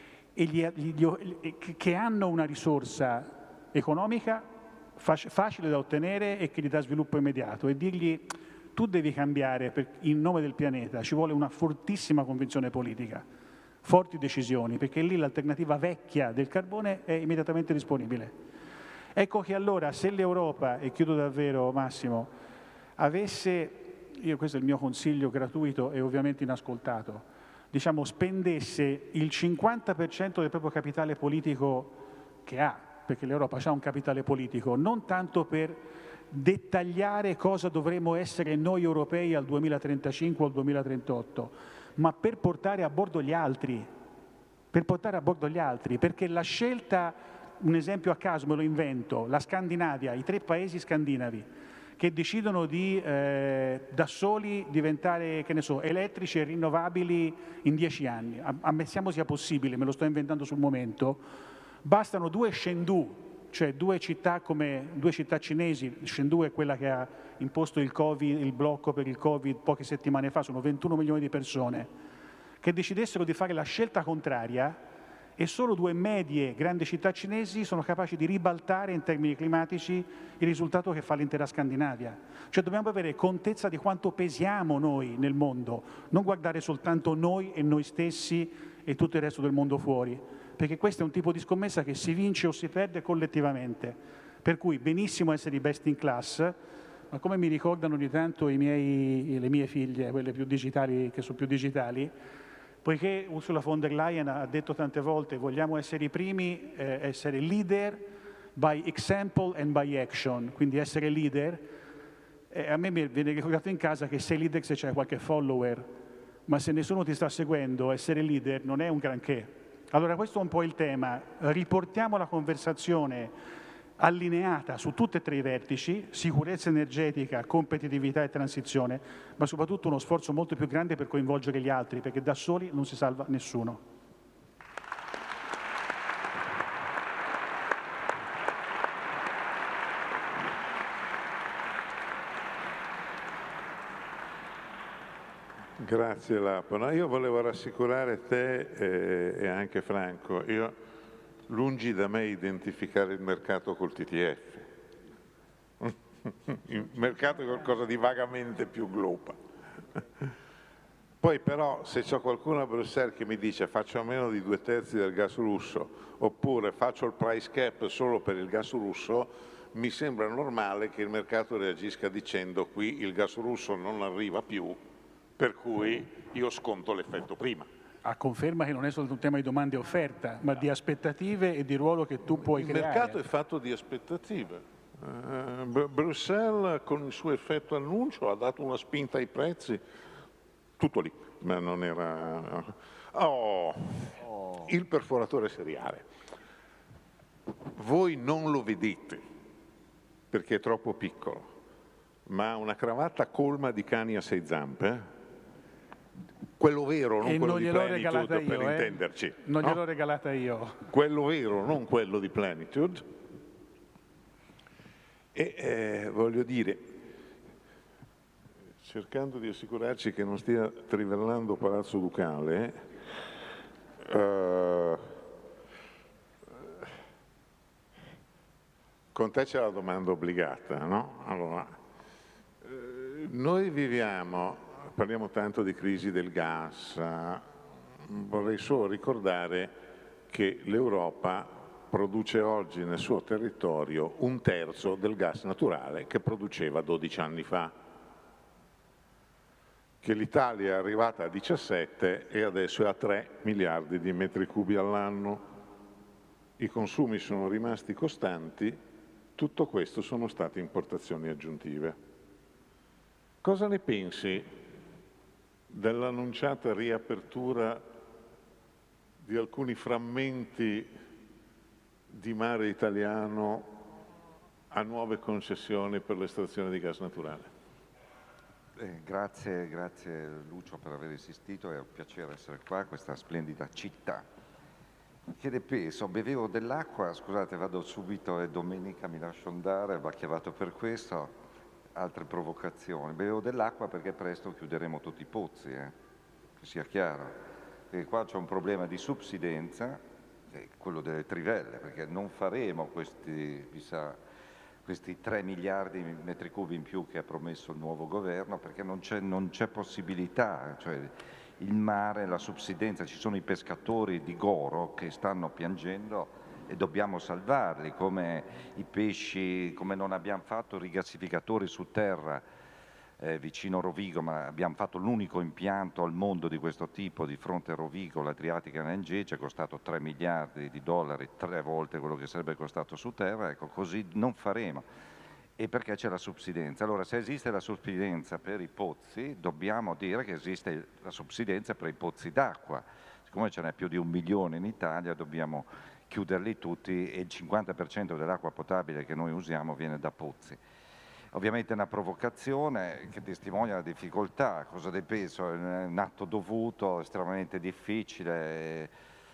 che hanno una risorsa economica facile da ottenere e che gli dà sviluppo immediato, e dirgli tu devi cambiare in nome del pianeta, ci vuole una fortissima convinzione politica, forti decisioni, perché lì l'alternativa vecchia del carbone è immediatamente disponibile. Ecco che allora se l'Europa, e chiudo davvero Massimo, avesse, questo è il mio consiglio gratuito e ovviamente inascoltato, diciamo spendesse il 50% del proprio capitale politico che ha, perché l'Europa ha un capitale politico, non tanto per dettagliare cosa dovremmo essere noi europei al 2035 o al 2038, ma per portare a bordo gli altri, perché la scelta un esempio a caso me lo invento, la Scandinavia, i 3 paesi scandinavi che decidono di da soli diventare, che ne so, elettrici e rinnovabili in 10 anni. Ammettiamo sia possibile, me lo sto inventando sul momento, bastano 2 Chengdu, cioè 2 città cinesi. Chengdu è quella che ha imposto il blocco per il Covid poche settimane fa, sono 21 milioni di persone, che decidessero di fare la scelta contraria, e solo 2 medie grandi città cinesi sono capaci di ribaltare in termini climatici il risultato che fa l'intera Scandinavia. Cioè dobbiamo avere contezza di quanto pesiamo noi nel mondo, non guardare soltanto noi e noi stessi e tutto il resto del mondo fuori, perché questo è un tipo di scommessa che si vince o si perde collettivamente. Per cui benissimo essere i best in class, ma come mi ricordano ogni tanto le mie figlie, quelle più digitali, che sono più digitali, poiché Ursula von der Leyen ha detto tante volte vogliamo essere i primi, essere leader by example and by action, quindi essere leader, a me mi viene ricordato in casa che sei leader se c'è qualche follower, ma se nessuno ti sta seguendo, essere leader non è un granché. Allora questo è un po' il tema, riportiamo la conversazione allineata su tutti e 3 i vertici, sicurezza energetica, competitività e transizione, ma soprattutto uno sforzo molto più grande per coinvolgere gli altri, perché da soli non si salva nessuno. Grazie Lapona. Io volevo rassicurare te e anche Franco, lungi da me identificare il mercato col TTF. Il mercato è qualcosa di vagamente più globa. Poi però se c'è qualcuno a Bruxelles che mi dice faccio a meno di 2/3 del gas russo oppure faccio il price cap solo per il gas russo, mi sembra normale che il mercato reagisca dicendo qui il gas russo non arriva più, per cui io sconto l'effetto prima. A conferma che non è solo un tema di domanda e offerta, ma di aspettative e di ruolo che tu puoi creare. Il mercato è fatto di aspettative. Bruxelles con il suo effetto annuncio ha dato una spinta ai prezzi, tutto lì, ma non era... Il perforatore seriale. Voi non lo vedete perché è troppo piccolo, ma ha una cravatta colma di cani a 6 zampe, quello vero, non quello di Plenitude, per intenderci. Non gliel'ho regalata io. Quello vero, non quello di Plenitude. E voglio dire, cercando di assicurarci che non stia trivellando Palazzo Ducale, con te c'è la domanda obbligata, no? Allora, noi parliamo tanto di crisi del gas, vorrei solo ricordare che l'Europa produce oggi nel suo territorio 1/3 del gas naturale che produceva 12 anni fa, che l'Italia è arrivata a 17 e adesso è a 3 miliardi di metri cubi all'anno. I consumi sono rimasti costanti, tutto questo sono state importazioni aggiuntive. Cosa ne pensi dell'annunciata riapertura di alcuni frammenti di mare italiano a nuove concessioni per l'estrazione di gas naturale? Grazie Lucio per aver insistito, è un piacere essere qua, questa splendida città. Che ne penso? Bevevo dell'acqua, scusate vado subito, è domenica, mi lascio andare, va chiamato per questo, altre provocazioni. Bevevo dell'acqua perché presto chiuderemo tutti i pozzi, che sia chiaro. Perché qua c'è un problema di subsidenza, quello delle trivelle, perché non faremo questi 3 miliardi di metri cubi in più che ha promesso il nuovo governo, perché non c'è possibilità, cioè il mare, la subsidenza, ci sono i pescatori di Goro che stanno piangendo e dobbiamo salvarli, come i pesci, come non abbiamo fatto rigassificatori su terra vicino Rovigo, ma abbiamo fatto l'unico impianto al mondo di questo tipo di fronte a Rovigo, l'Adriatica LNG, ci è costato 3 miliardi di dollari, 3 volte quello che sarebbe costato su terra, ecco, così non faremo. E perché c'è la subsidenza? Allora, se esiste la subsidenza per i pozzi, dobbiamo dire che esiste la subsidenza per i pozzi d'acqua. siccome ce n'è più di 1 milione in Italia dobbiamo chiuderli tutti e il 50% dell'acqua potabile che noi usiamo viene da pozzi. Ovviamente è una provocazione che testimonia la difficoltà, cosa ne penso? È un atto dovuto, estremamente difficile,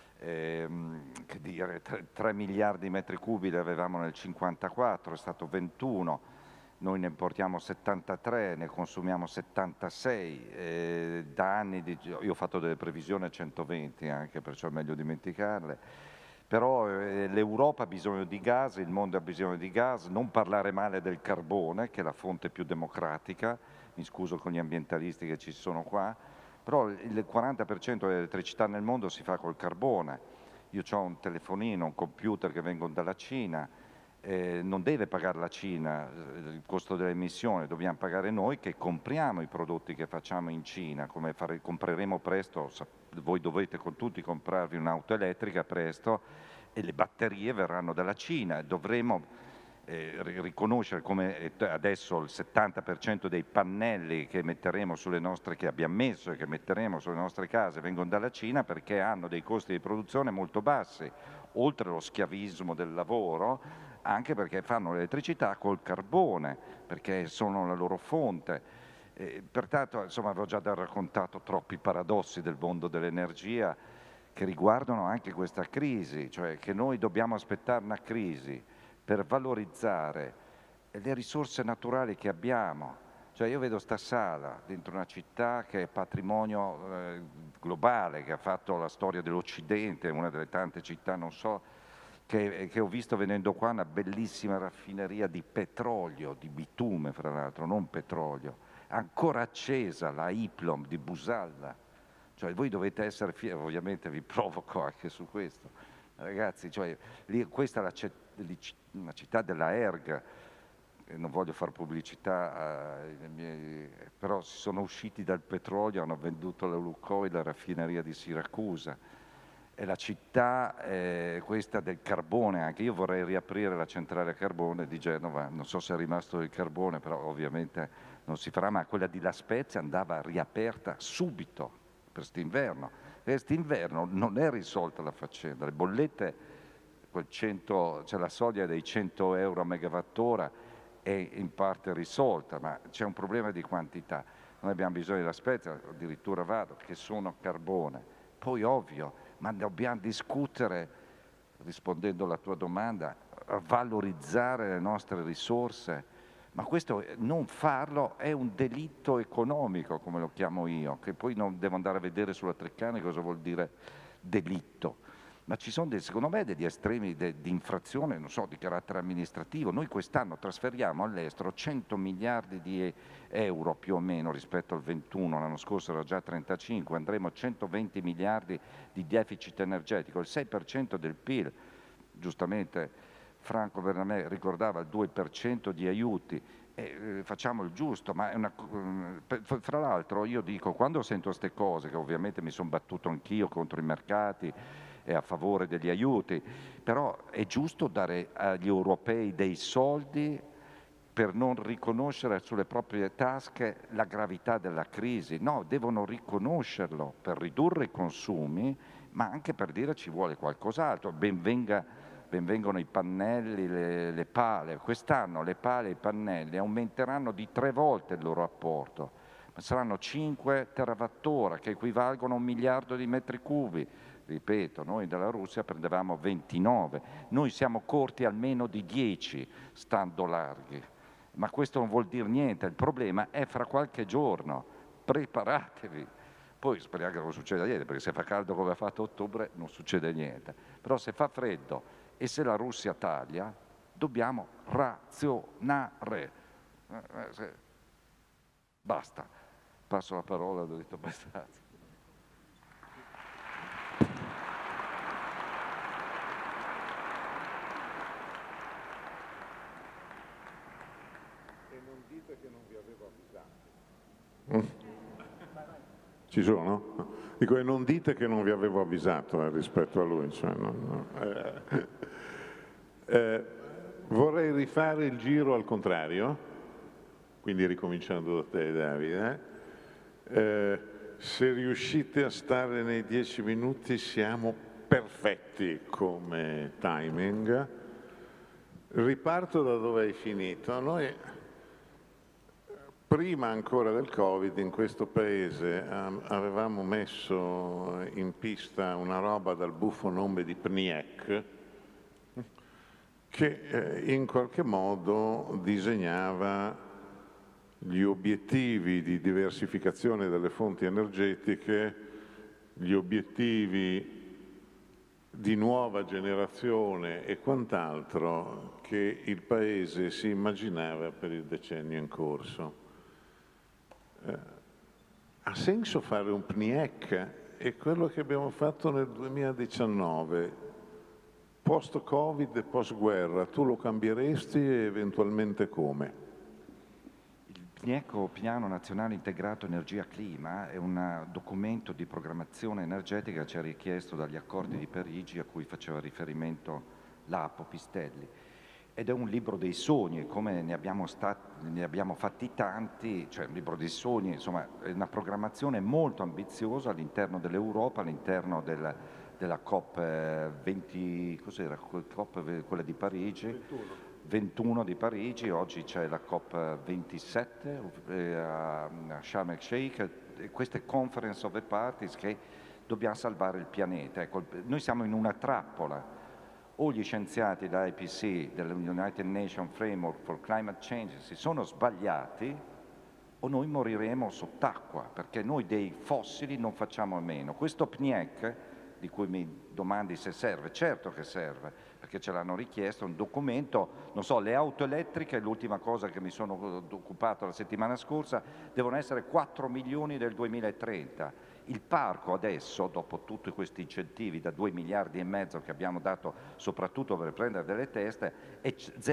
che dire, 3 miliardi di metri cubi li avevamo nel 54, è stato 21, noi ne importiamo 73, ne consumiamo 76, da anni, io ho fatto delle previsioni a 120 anche, perciò è meglio dimenticarle. Però l'Europa ha bisogno di gas, il mondo ha bisogno di gas, non parlare male del carbone, che è la fonte più democratica, mi scuso con gli ambientalisti che ci sono qua, però il 40% dell'elettricità nel mondo si fa col carbone. Io ho un telefonino, un computer che vengono dalla Cina, non deve pagare la Cina il costo delle emissioni, dobbiamo pagare noi che compriamo i prodotti che facciamo in Cina, come compreremo presto, voi dovete con tutti comprarvi un'auto elettrica presto e le batterie verranno dalla Cina, dovremo riconoscere come adesso il 70% dei pannelli che metteremo sulle nostre, che abbiamo messo e che metteremo sulle nostre case vengono dalla Cina perché hanno dei costi di produzione molto bassi, oltre allo schiavismo del lavoro, anche perché fanno l'elettricità col carbone, perché sono la loro fonte. Pertanto, insomma, avevo già raccontato troppi paradossi del mondo dell'energia che riguardano anche questa crisi, cioè che noi dobbiamo aspettare una crisi per valorizzare le risorse naturali che abbiamo. Cioè io vedo sta sala dentro una città che è patrimonio globale, che ha fatto la storia dell'Occidente, una delle tante città, non so, che ho visto venendo qua, una bellissima raffineria di petrolio, di bitume fra l'altro, non petrolio, ancora accesa, la Iplom di Busalla. Cioè voi dovete essere fieri, ovviamente vi provoco anche su questo. Ragazzi, cioè, questa è la città della Erg, non voglio fare pubblicità, però si sono usciti dal petrolio, hanno venduto la Lukoil, la raffineria di Siracusa. È la città questa del carbone anche. Io vorrei riaprire la centrale a carbone di Genova, non so se è rimasto il carbone, però ovviamente non si farà, ma quella di La Spezia andava riaperta subito per quest'inverno. Quest'inverno non è risolta la faccenda, le bollette, c'è la soglia dei 100 euro a megawattora, è in parte risolta, ma c'è un problema di quantità. Noi abbiamo bisogno della Spezia, addirittura vado, che sono carbone. Poi ovvio, ma dobbiamo discutere, rispondendo alla tua domanda, a valorizzare le nostre risorse, ma questo non farlo è un delitto economico, come lo chiamo io, che poi non devo andare a vedere sulla Treccani cosa vuol dire delitto. Ma ci sono, secondo me, degli estremi di infrazione, non so, di carattere amministrativo. Noi quest'anno trasferiamo all'estero 100 miliardi di euro più o meno rispetto al 21, l'anno scorso era già 35, andremo a 120 miliardi di deficit energetico, il 6% del PIL. Giustamente Franco Bernamè ricordava il 2% di aiuti. Facciamo il giusto, ma fra l'altro io dico, quando sento queste cose, che ovviamente mi sono battuto anch'io contro i mercati, è a favore degli aiuti, però è giusto dare agli europei dei soldi per non riconoscere sulle proprie tasche la gravità della crisi. No, devono riconoscerlo per ridurre i consumi, ma anche per dire ci vuole qualcos'altro. Benvengano i pannelli, le pale. Quest'anno le pale e i pannelli aumenteranno di 3 volte il loro apporto, ma saranno 5 terawattora, che equivalgono a 1 miliardo di metri cubi. Ripeto, noi dalla Russia prendevamo 29, noi siamo corti almeno di 10 stando larghi, ma questo non vuol dire niente, il problema è fra qualche giorno, preparatevi. Poi speriamo che non succeda niente, perché se fa caldo come ha fatto a ottobre non succede niente, però se fa freddo e se la Russia taglia dobbiamo razionare. Basta, passo la parola, ho detto abbastanza. Dite che non vi avevo avvisato. Ci sono? Dico, e non dite che non vi avevo avvisato rispetto a lui. Cioè, vorrei rifare il giro al contrario, quindi ricominciando da te, Davide. se riuscite a stare nei 10 minuti siamo perfetti come timing. Riparto da dove hai finito. Noi, prima ancora del Covid, in questo paese avevamo messo in pista una roba dal buffo nome di PNIEC, che in qualche modo disegnava gli obiettivi di diversificazione delle fonti energetiche, gli obiettivi di nuova generazione e quant'altro che il Paese si immaginava per il decennio in corso. Ha senso fare un PNIEC? È quello che abbiamo fatto nel 2019, post-Covid e post-guerra. Tu lo cambieresti e eventualmente come? PNIEC, o Piano Nazionale Integrato Energia-Clima, è un documento di programmazione energetica che ci è richiesto dagli accordi di Parigi a cui faceva riferimento Lapo Pistelli. Ed è un libro dei sogni, come ne abbiamo fatti tanti, cioè un libro dei sogni, insomma è una programmazione molto ambiziosa all'interno dell'Europa, all'interno della COP20, cos'era? Quella di Parigi? 21 di Parigi, oggi c'è la COP27 a Sharm el Sheikh, queste conference of the parties che dobbiamo salvare il pianeta. Ecco, noi siamo in una trappola, o gli scienziati dell'IPCC, dell'United Nations Framework for Climate Change, si sono sbagliati, o noi moriremo sott'acqua, perché noi dei fossili non facciamo a meno. Questo PNIEC, di cui mi domandi se serve, certo che serve, perché ce l'hanno richiesto, un documento, non so, le auto elettriche, l'ultima cosa che mi sono occupato la settimana scorsa, devono essere 4 milioni del 2030. Il parco adesso, dopo tutti questi incentivi da 2,5 miliardi che abbiamo dato soprattutto per prendere delle teste, è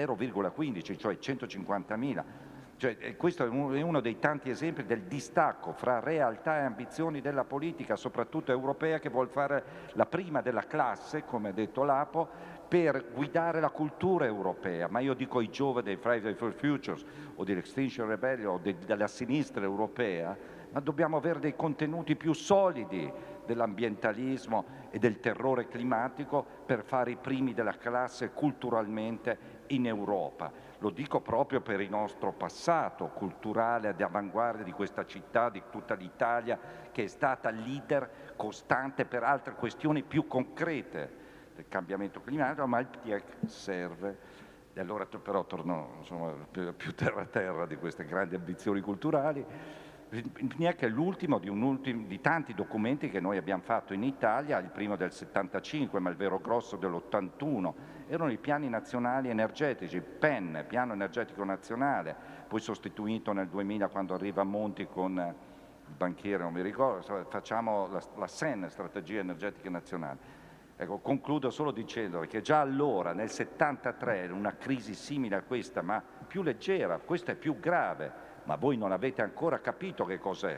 0,15, cioè 150.000. Cioè, questo è uno dei tanti esempi del distacco fra realtà e ambizioni della politica, soprattutto europea, che vuol fare la prima della classe, come ha detto Lapo, per guidare la cultura europea. Ma io dico ai giovani dei Fridays for Futures o dell'Extinction Rebellion o della sinistra europea, ma dobbiamo avere dei contenuti più solidi dell'ambientalismo e del terrore climatico per fare i primi della classe culturalmente in Europa. Lo dico proprio per il nostro passato culturale di avanguardia di questa città, di tutta l'Italia, che è stata leader costante per altre questioni più concrete del cambiamento climatico, ma il PNIEC serve. E allora però torno insomma, più terra a terra di queste grandi ambizioni culturali. Il PNIEC è l'ultimo di tanti documenti che noi abbiamo fatto in Italia, il primo del 75, ma il vero grosso dell'81. Erano i piani nazionali energetici, PEN, Piano Energetico Nazionale, poi sostituito nel 2000 quando arriva Monti con il banchiere, non mi ricordo, facciamo la SEN, Strategia Energetica Nazionale. Ecco, concludo solo dicendo che già allora, nel 73, una crisi simile a questa, ma più leggera, questa è più grave, ma voi non avete ancora capito che cos'è.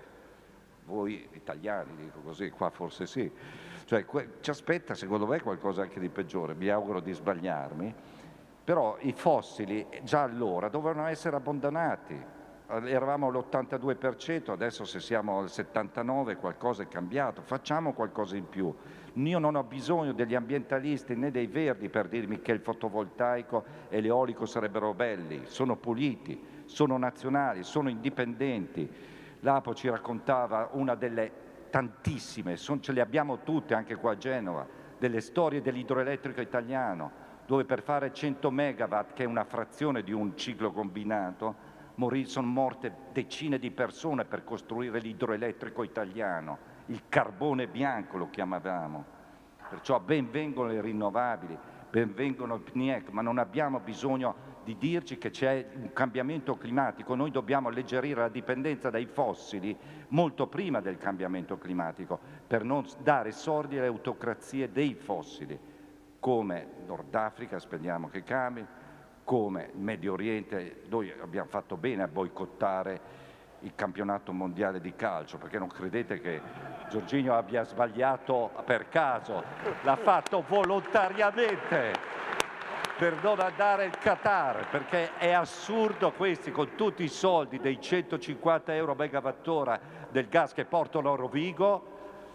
Voi italiani, dico così, qua forse sì. Cioè, ci aspetta, secondo me, qualcosa anche di peggiore, mi auguro di sbagliarmi, però i fossili già allora dovevano essere abbandonati. Eravamo all'82%, adesso se siamo al 79% qualcosa è cambiato, facciamo qualcosa in più. Io non ho bisogno degli ambientalisti né dei verdi per dirmi che il fotovoltaico e l'eolico sarebbero belli, sono puliti, sono nazionali, sono indipendenti. Lapo ci raccontava una delle tantissime, ce le abbiamo tutte anche qua a Genova, delle storie dell'idroelettrico italiano, dove per fare 100 megawatt, che è una frazione di un ciclo combinato, sono morte decine di persone per costruire l'idroelettrico italiano, il carbone bianco lo chiamavamo. Perciò ben vengono le rinnovabili, ben vengono il PNIEC, ma non abbiamo bisogno di dirci che c'è un cambiamento climatico. Noi dobbiamo alleggerire la dipendenza dai fossili molto prima del cambiamento climatico, per non dare sordi alle autocrazie dei fossili, come Nord Africa, speriamo che cambi, come il Medio Oriente. Noi abbiamo fatto bene a boicottare il campionato mondiale di calcio, perché non credete che Jorginho abbia sbagliato per caso, l'ha fatto volontariamente. per non andare al Qatar, perché è assurdo questi con tutti i soldi dei 150 euro megawattora del gas che portano a Rovigo,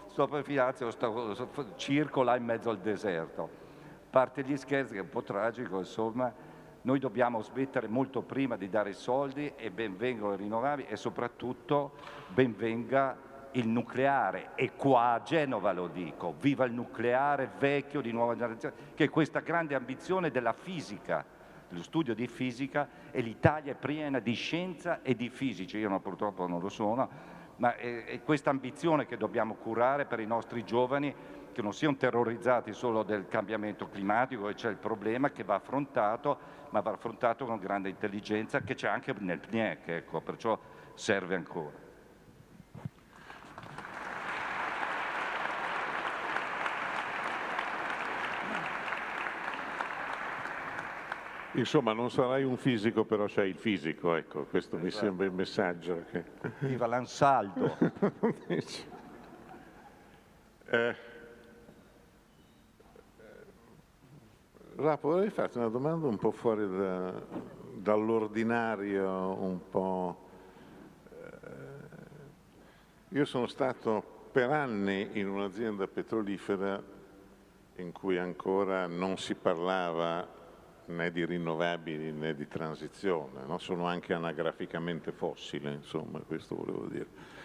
circola in mezzo al deserto. A parte gli scherzi, che è un po' tragico, insomma, noi dobbiamo smettere molto prima di dare i soldi e ben vengano le rinnovabili e soprattutto ben venga il nucleare, e qua a Genova lo dico, viva il nucleare vecchio di nuova generazione, che è questa grande ambizione della fisica, dello studio di fisica, e l'Italia è piena di scienza e di fisici, io purtroppo non lo sono, ma è questa ambizione che dobbiamo curare per i nostri giovani, che non siano terrorizzati solo del cambiamento climatico, e c'è il problema che va affrontato, ma va affrontato con grande intelligenza, che c'è anche nel PNIEC, ecco, perciò serve ancora. Insomma, non sarai un fisico, però c'hai il fisico, ecco, questo mi sembra il messaggio. Che... Viva l'Ansaldo! Rapo, vorrei farti una domanda un po' fuori dall'ordinario, un po'... Io sono stato per anni in un'azienda petrolifera in cui ancora non si parlava né di rinnovabili né di transizione, no? Sono anche anagraficamente fossile, insomma, questo volevo dire,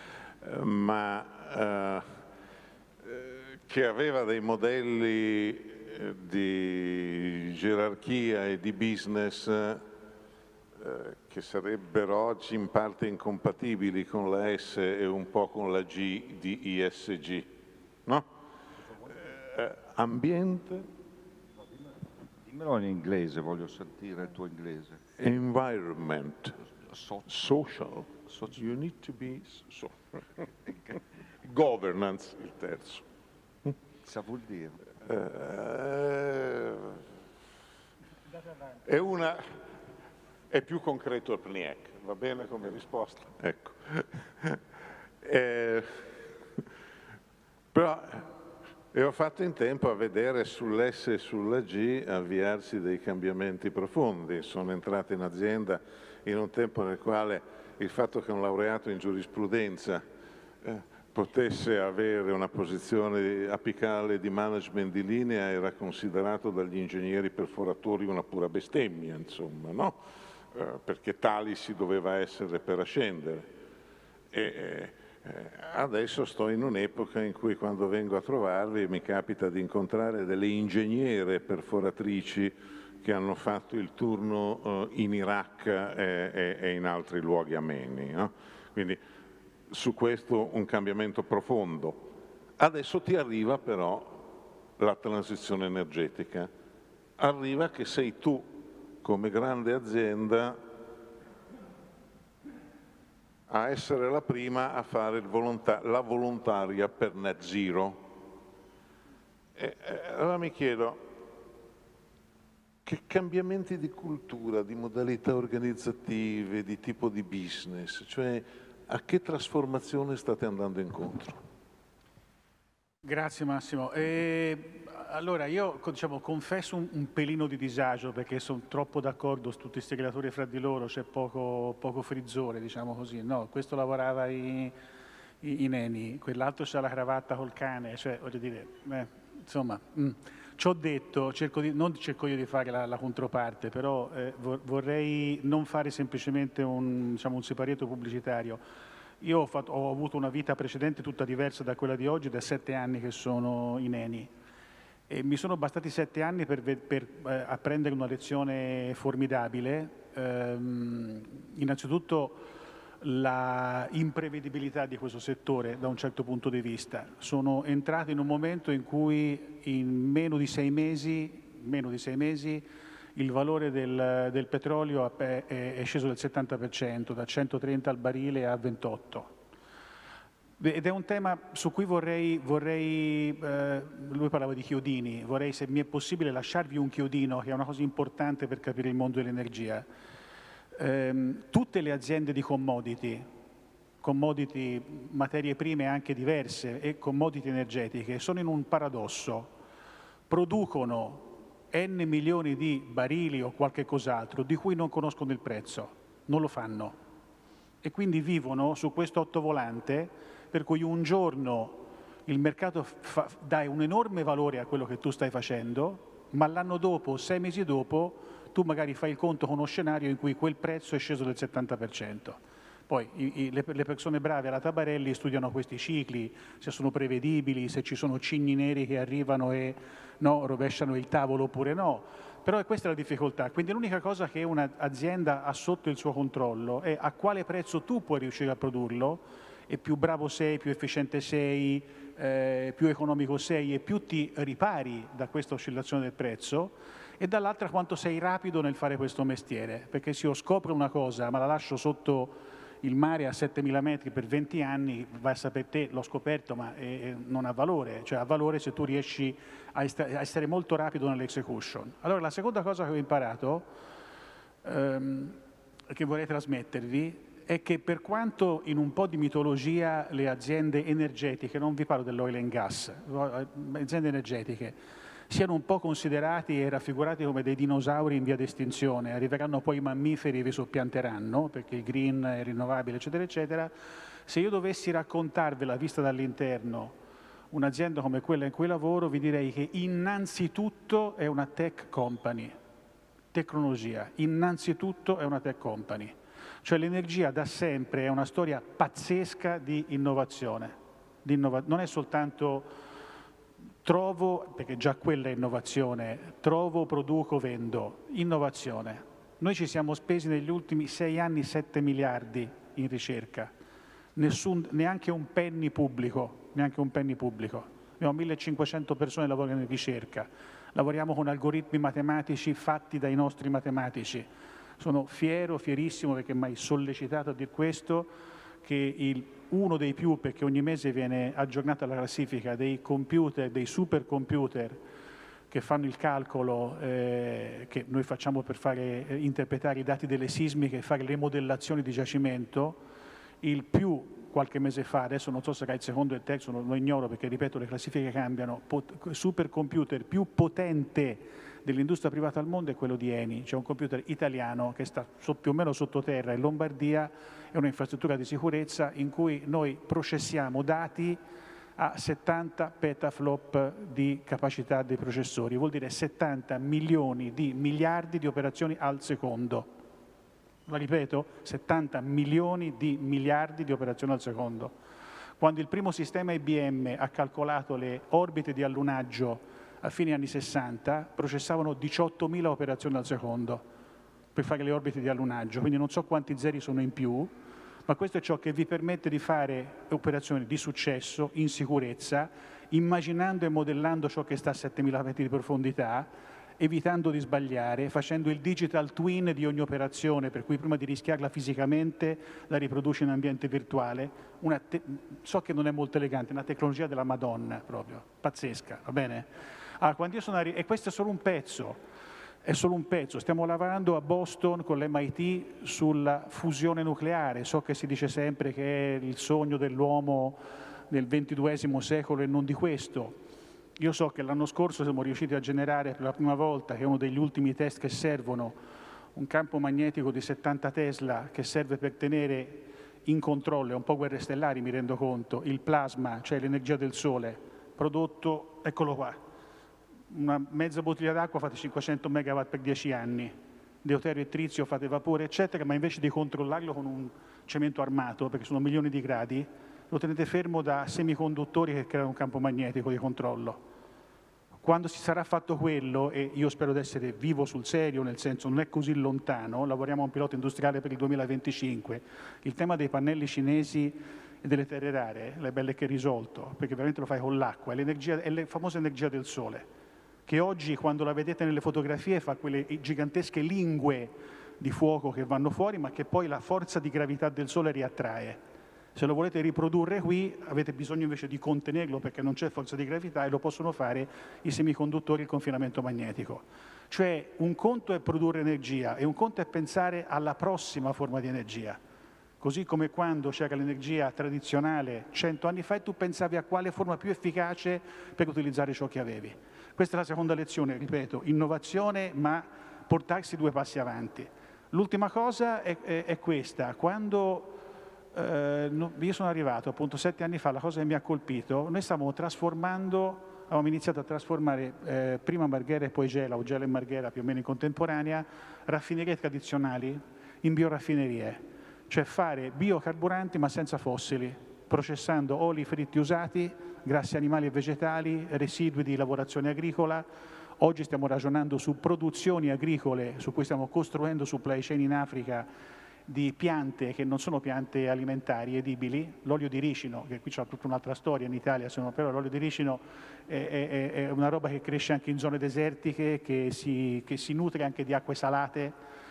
ma che aveva dei modelli di gerarchia e di business che sarebbero oggi in parte incompatibili con la S e un po' con la G di ISG, no? Ambiente. Dimmelo in inglese, voglio sentire il tuo inglese. Environment. Social. You need to be governance, il terzo. Cosa vuol dire? È più concreto il PNIEC, va bene come risposta? Ecco. Però ho fatto in tempo a vedere sull'S e sulla G avviarsi dei cambiamenti profondi. Sono entrato in azienda in un tempo nel quale il fatto che un laureato in giurisprudenza potesse avere una posizione apicale di management di linea era considerato dagli ingegneri perforatori una pura bestemmia, insomma, no? Perché tali si doveva essere per ascendere. Adesso sto in un'epoca in cui quando vengo a trovarvi mi capita di incontrare delle ingegnere perforatrici che hanno fatto il turno in Iraq e in altri luoghi ameni, no? Quindi su questo un cambiamento profondo. Adesso ti arriva però la transizione energetica. Arriva che sei tu, come grande azienda, a essere la prima a fare la volontaria per net zero. Allora mi chiedo, che cambiamenti di cultura, di modalità organizzative, di tipo di business, cioè a che trasformazione state andando incontro? Grazie Massimo. Allora io confesso un pelino di disagio perché sono troppo d'accordo su tutti questi relatori fra di loro, c'è poco frizzore, diciamo così. No, questo lavorava in Eni, quell'altro c'ha la cravatta col cane, cioè voglio dire, insomma, ci ho detto, non cerco io di fare la controparte, però vorrei non fare semplicemente un siparietto pubblicitario. Io ho avuto una vita precedente tutta diversa da quella di oggi, da 7 anni che sono in Eni. E mi sono bastati 7 anni per apprendere una lezione formidabile. Innanzitutto la imprevedibilità di questo settore da un certo punto di vista. Sono entrato in un momento in cui in meno di 6 mesi il valore del petrolio è sceso del 70%, da 130 al barile a 28. Ed è un tema su cui vorrei lui parlava di chiodini, vorrei, se mi è possibile, lasciarvi un chiodino, che è una cosa importante per capire il mondo dell'energia. Tutte le aziende di commodity, materie prime anche diverse e commodity energetiche, sono in un paradosso, producono N milioni di barili o qualche cos'altro di cui non conoscono il prezzo, non lo fanno. E quindi vivono su questo ottovolante per cui un giorno il mercato dà un enorme valore a quello che tu stai facendo, ma l'anno dopo, 6 mesi dopo, tu magari fai il conto con uno scenario in cui quel prezzo è sceso del 70%. Poi le persone brave alla Tabarelli studiano questi cicli, se sono prevedibili, se ci sono cigni neri che arrivano e rovesciano il tavolo oppure no. Però questa è la difficoltà. Quindi l'unica cosa che un'azienda ha sotto il suo controllo è a quale prezzo tu puoi riuscire a produrlo, e più bravo sei, più efficiente sei, più economico sei e più ti ripari da questa oscillazione del prezzo, e dall'altra quanto sei rapido nel fare questo mestiere, perché se io scopro una cosa ma la lascio sotto il mare a 7.000 metri per 20 anni, vai a sapere te, l'ho scoperto, ma non ha valore, cioè ha valore se tu riesci a essere molto rapido nell'execution. Allora la seconda cosa che ho imparato, che vorrei trasmettervi, è che per quanto in un po' di mitologia le aziende energetiche, non vi parlo dell'oil and gas, aziende energetiche, siano un po' considerati e raffigurati come dei dinosauri in via di estinzione, arriveranno poi i mammiferi e vi soppianteranno, perché il green è rinnovabile, eccetera, eccetera. Se io dovessi raccontarvela vista dall'interno un'azienda come quella in cui lavoro, vi direi che innanzitutto è una tech company, tecnologia, innanzitutto è una tech company. Cioè l'energia da sempre è una storia pazzesca di innovazione. Non è soltanto trovo, perché già quella è innovazione, trovo, produco, vendo, innovazione. Noi ci siamo spesi negli ultimi 6 anni 7 miliardi in ricerca, neanche un penny pubblico, Abbiamo 1500 persone che lavorano in ricerca, lavoriamo con algoritmi matematici fatti dai nostri matematici. Sono fierissimo perché mi hai sollecitato a dire questo, che uno dei più, perché ogni mese viene aggiornata la classifica dei computer, dei supercomputer che fanno il calcolo che noi facciamo per interpretare i dati delle sismiche e fare le modellazioni di giacimento, il più qualche mese fa, adesso non so se era il secondo e il terzo, lo ignoro perché ripeto le classifiche cambiano, supercomputer più potente dell'industria privata al mondo è quello di Eni, c'è un computer italiano che sta più o meno sottoterra in Lombardia, è un'infrastruttura di sicurezza in cui noi processiamo dati a 70 petaflop di capacità dei processori, vuol dire 70 milioni di miliardi di operazioni al secondo. La ripeto, 70 milioni di miliardi di operazioni al secondo. Quando il primo sistema IBM ha calcolato le orbite di allunaggio a fine anni 60, processavano 18.000 operazioni al secondo per fare le orbite di allunaggio, quindi non so quanti zeri sono in più, ma questo è ciò che vi permette di fare operazioni di successo, in sicurezza, immaginando e modellando ciò che sta a 7.000 metri di profondità, evitando di sbagliare, facendo il digital twin di ogni operazione, per cui prima di rischiarla fisicamente la riproduce in ambiente virtuale. So che non è molto elegante, una tecnologia della Madonna proprio, pazzesca, va bene? Quando io sono e questo è solo un pezzo, stiamo lavorando a Boston con l'MIT sulla fusione nucleare, so che si dice sempre che è il sogno dell'uomo nel XXII secolo e non di questo. Io so che l'anno scorso siamo riusciti a generare per la prima volta, che è uno degli ultimi test che servono, un campo magnetico di 70 Tesla che serve per tenere in controllo, è un po' guerre stellari mi rendo conto, il plasma, cioè l'energia del sole, prodotto, eccolo qua, una mezza bottiglia d'acqua fate 500 megawatt per 10 anni, deuterio e trizio fate vapore eccetera, ma invece di controllarlo con un cemento armato, perché sono milioni di gradi, lo tenete fermo da semiconduttori che creano un campo magnetico di controllo. Quando si sarà fatto quello, e io spero di essere vivo sul serio, nel senso non è così lontano, lavoriamo a un pilota industriale per il 2025, il tema dei pannelli cinesi e delle terre rare, le belle che è risolto, perché veramente lo fai con l'acqua, è la famosa energia del sole, che oggi quando la vedete nelle fotografie fa quelle gigantesche lingue di fuoco che vanno fuori, ma che poi la forza di gravità del sole riattrae. Se lo volete riprodurre qui avete bisogno invece di contenerlo perché non c'è forza di gravità e lo possono fare i semiconduttori, il confinamento magnetico. Cioè un conto è produrre energia e un conto è pensare alla prossima forma di energia. Così come quando c'era l'energia tradizionale 100 anni fa e tu pensavi a quale forma più efficace per utilizzare ciò che avevi. Questa è la seconda lezione, ripeto, innovazione ma portarsi 2 passi avanti. L'ultima cosa è questa, quando io sono arrivato appunto 7 anni fa, la cosa che mi ha colpito, noi stavamo trasformando, avevamo iniziato a trasformare prima Marghera e poi Gela, o Gela e Marghera più o meno in contemporanea, raffinerie tradizionali in bioraffinerie, cioè fare biocarburanti ma senza fossili, processando oli fritti usati, grassi animali e vegetali, residui di lavorazione agricola. Oggi stiamo ragionando su produzioni agricole, su cui stiamo costruendo supply chain in Africa, di piante che non sono piante alimentari edibili, l'olio di ricino, che qui c'è tutta un'altra storia in Italia, però l'olio di ricino è una roba che cresce anche in zone desertiche, che si nutre anche di acque salate,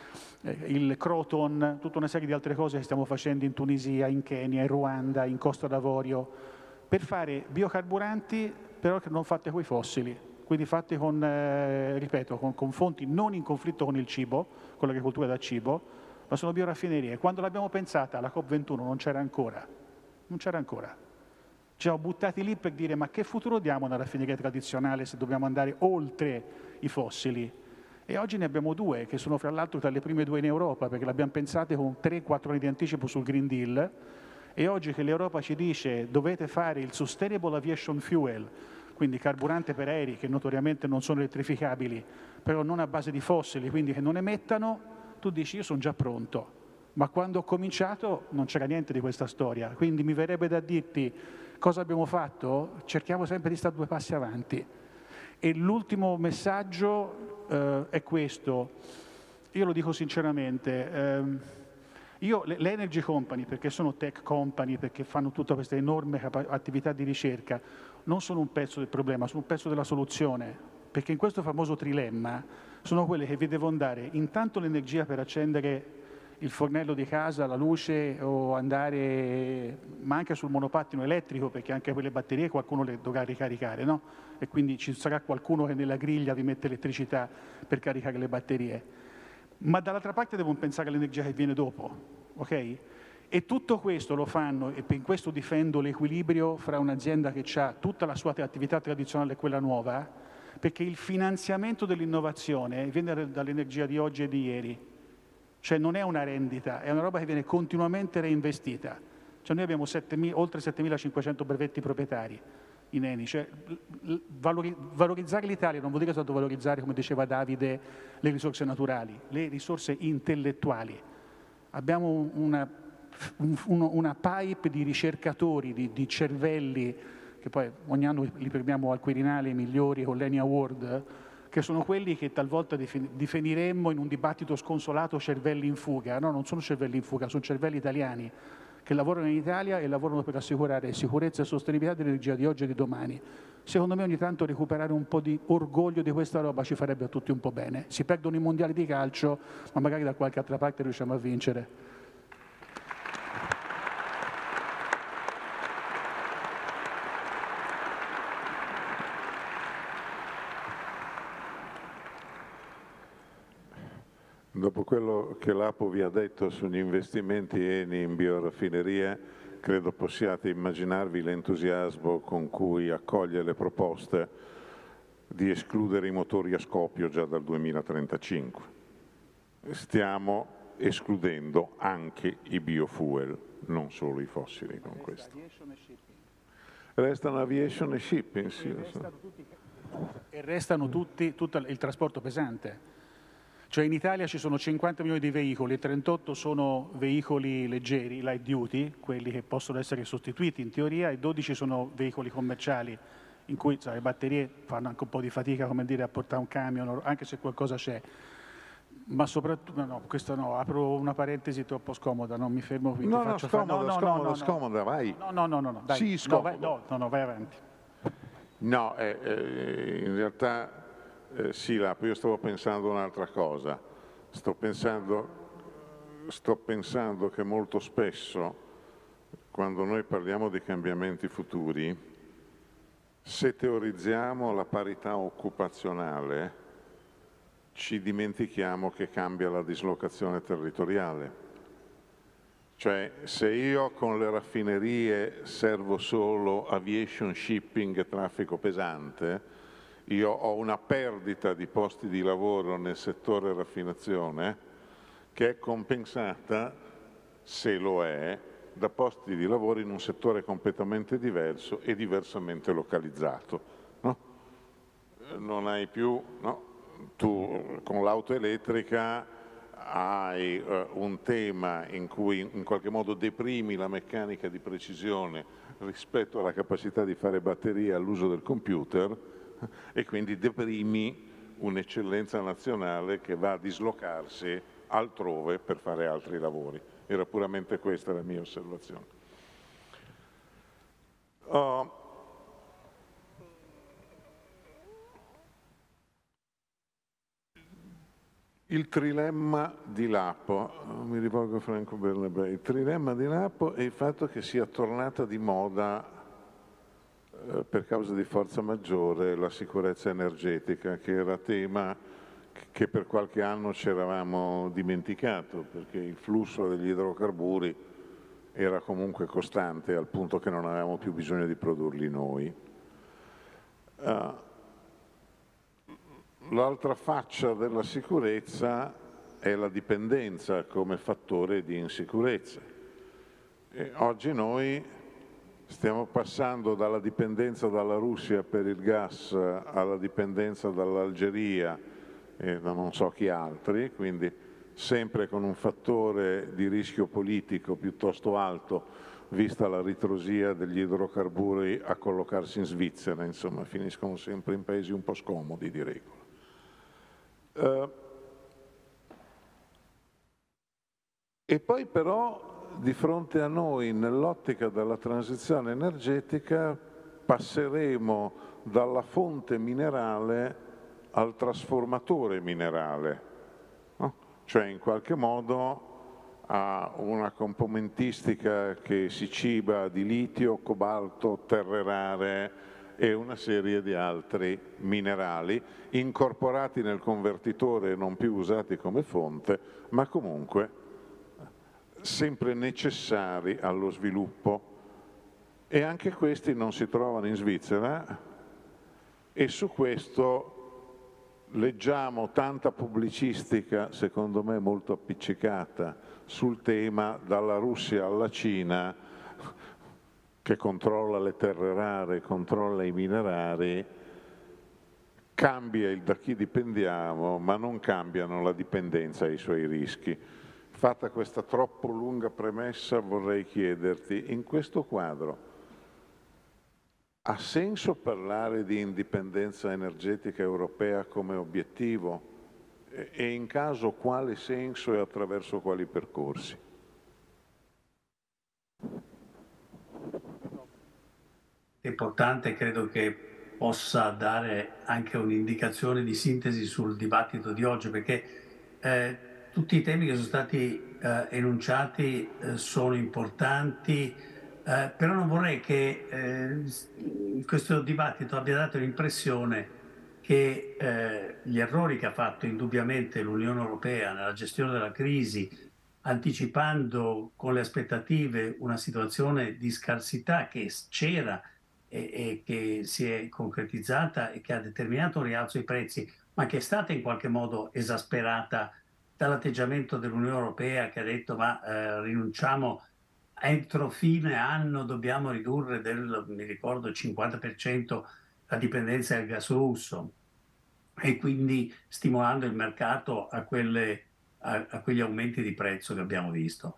il croton, tutta una serie di altre cose che stiamo facendo in Tunisia, in Kenya, in Ruanda, in Costa d'Avorio, per fare biocarburanti però che non fatte coi fossili, quindi fatti con, ripeto, con fonti non in conflitto con il cibo, con l'agricoltura da cibo, ma sono bioraffinerie. Quando l'abbiamo pensata, la COP21 non c'era ancora, non c'era ancora. Ci siamo buttati lì per dire ma che futuro diamo a una raffineria tradizionale se dobbiamo andare oltre i fossili? E oggi ne abbiamo 2, che sono fra l'altro tra le prime 2 in Europa, perché l'abbiamo pensate con 3-4 anni di anticipo sul Green Deal, e oggi che l'Europa ci dice dovete fare il Sustainable Aviation Fuel, quindi carburante per aerei che notoriamente non sono elettrificabili, però non a base di fossili, quindi che non emettano, tu dici io sono già pronto, ma quando ho cominciato non c'era niente di questa storia, quindi mi verrebbe da dirti cosa abbiamo fatto? Cerchiamo sempre di stare 2 passi avanti. E l'ultimo messaggio è questo, io lo dico sinceramente, le energy company, perché sono tech company, perché fanno tutta questa enorme attività di ricerca, non sono un pezzo del problema, sono un pezzo della soluzione, perché in questo famoso trilemma sono quelle che vi devono dare intanto l'energia per accendere il fornello di casa, la luce, o andare, ma anche sul monopattino elettrico, perché anche quelle batterie qualcuno le dovrà ricaricare, no? E quindi ci sarà qualcuno che nella griglia vi mette elettricità per caricare le batterie. Ma dall'altra parte devono pensare all'energia che viene dopo, ok? E tutto questo lo fanno, e in questo difendo l'equilibrio fra un'azienda che ha tutta la sua attività tradizionale e quella nuova, perché il finanziamento dell'innovazione viene dall'energia di oggi e di ieri, cioè non è una rendita, è una roba che viene continuamente reinvestita. Cioè noi abbiamo oltre 7.500 brevetti proprietari in Eni, cioè valorizzare l'Italia non vuol dire soltanto valorizzare, come diceva Davide, le risorse naturali, le risorse intellettuali. Abbiamo una pipe di ricercatori, di cervelli, che poi ogni anno li premiamo al Quirinale i migliori con l'Eni Award, che sono quelli che talvolta definiremmo in un dibattito sconsolato cervelli in fuga. No, non sono cervelli in fuga, sono cervelli italiani che lavorano in Italia e lavorano per assicurare sicurezza e sostenibilità dell'energia di oggi e di domani. Secondo me ogni tanto recuperare un po' di orgoglio di questa roba ci farebbe a tutti un po' bene. Si perdono i mondiali di calcio, ma magari da qualche altra parte riusciamo a vincere. Dopo quello che l'Apo vi ha detto sugli investimenti Eni in bioraffineria, credo possiate immaginarvi l'entusiasmo con cui accoglie le proposte di escludere i motori a scoppio già dal 2035. Stiamo escludendo anche i biofuel, non solo i fossili con questo. Restano aviation e shipping, sì. E restano tutto il trasporto pesante. Cioè in Italia ci sono 50 milioni di veicoli e 38 sono veicoli leggeri, light duty, quelli che possono essere sostituiti in teoria, e 12 sono veicoli commerciali, in cui le batterie fanno anche un po' di fatica, come dire, a portare un camion, anche se qualcosa c'è. Ma soprattutto, no, questo no, apro una parentesi troppo scomoda, non mi fermo qui. No, scomoda, vai. No, dai. Sì, scomodo. No, vai avanti. No, in realtà... sì, Lapo, io stavo pensando un'altra cosa, sto pensando che molto spesso quando noi parliamo di cambiamenti futuri, se teorizziamo la parità occupazionale ci dimentichiamo che cambia la dislocazione territoriale. Cioè, se io con le raffinerie servo solo aviation, shipping e traffico pesante, io ho una perdita di posti di lavoro nel settore raffinazione che è compensata, se lo è, da posti di lavoro in un settore completamente diverso e diversamente localizzato. No? Non hai più, no? Tu con l'auto elettrica hai un tema in cui in qualche modo deprimi la meccanica di precisione rispetto alla capacità di fare batterie all'uso del computer e quindi deprimi un'eccellenza nazionale che va a dislocarsi altrove per fare altri lavori. Era puramente questa la mia osservazione. Il trilemma di Lapo, mi rivolgo a Franco Bernabé, il trilemma di Lapo è il fatto che sia tornata di moda per causa di forza maggiore la sicurezza energetica, che era tema che per qualche anno ci eravamo dimenticato, perché il flusso degli idrocarburi era comunque costante al punto che non avevamo più bisogno di produrli noi. L'altra faccia della sicurezza è la dipendenza come fattore di insicurezza. E oggi noi stiamo passando dalla dipendenza dalla Russia per il gas alla dipendenza dall'Algeria e da non so chi altri, quindi sempre con un fattore di rischio politico piuttosto alto, vista la ritrosia degli idrocarburi a collocarsi in Svizzera, insomma finiscono sempre in paesi un po' scomodi di regola. E poi però di fronte a noi, nell'ottica della transizione energetica, passeremo dalla fonte minerale al trasformatore minerale, no? Cioè in qualche modo a una componentistica che si ciba di litio, cobalto, terre rare e una serie di altri minerali incorporati nel convertitore e non più usati come fonte, ma comunque sempre necessari allo sviluppo, e anche questi non si trovano in Svizzera, e su questo leggiamo tanta pubblicistica, secondo me molto appiccicata, sul tema dalla Russia alla Cina, che controlla le terre rare, controlla i minerali, cambia il da chi dipendiamo, ma non cambiano la dipendenza e i suoi rischi. Fatta questa troppo lunga premessa, vorrei chiederti, in questo quadro, ha senso parlare di indipendenza energetica europea come obiettivo? E in caso quale senso e attraverso quali percorsi? È importante, credo che possa dare anche un'indicazione di sintesi sul dibattito di oggi, perché tutti i temi che sono stati enunciati sono importanti, però non vorrei che questo dibattito abbia dato l'impressione che gli errori che ha fatto indubbiamente l'Unione Europea nella gestione della crisi, anticipando con le aspettative una situazione di scarsità che c'era e che si è concretizzata e che ha determinato un rialzo dei prezzi, ma che è stata in qualche modo esasperata dall'atteggiamento dell'Unione Europea, che ha detto ma rinunciamo entro fine anno, dobbiamo ridurre mi ricordo, il 50% la dipendenza del gas russo, e quindi stimolando il mercato a quegli aumenti di prezzo che abbiamo visto.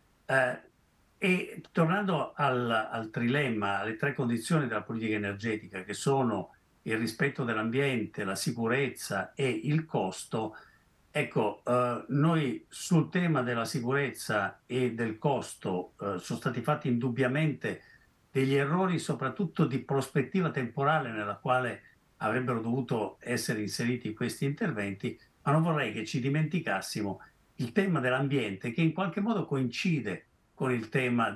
E tornando al trilemma, alle tre condizioni della politica energetica, che sono il rispetto dell'ambiente, la sicurezza e il costo, ecco, noi sul tema della sicurezza e del costo sono stati fatti indubbiamente degli errori, soprattutto di prospettiva temporale nella quale avrebbero dovuto essere inseriti questi interventi, ma non vorrei che ci dimenticassimo il tema dell'ambiente, che in qualche modo coincide con il tema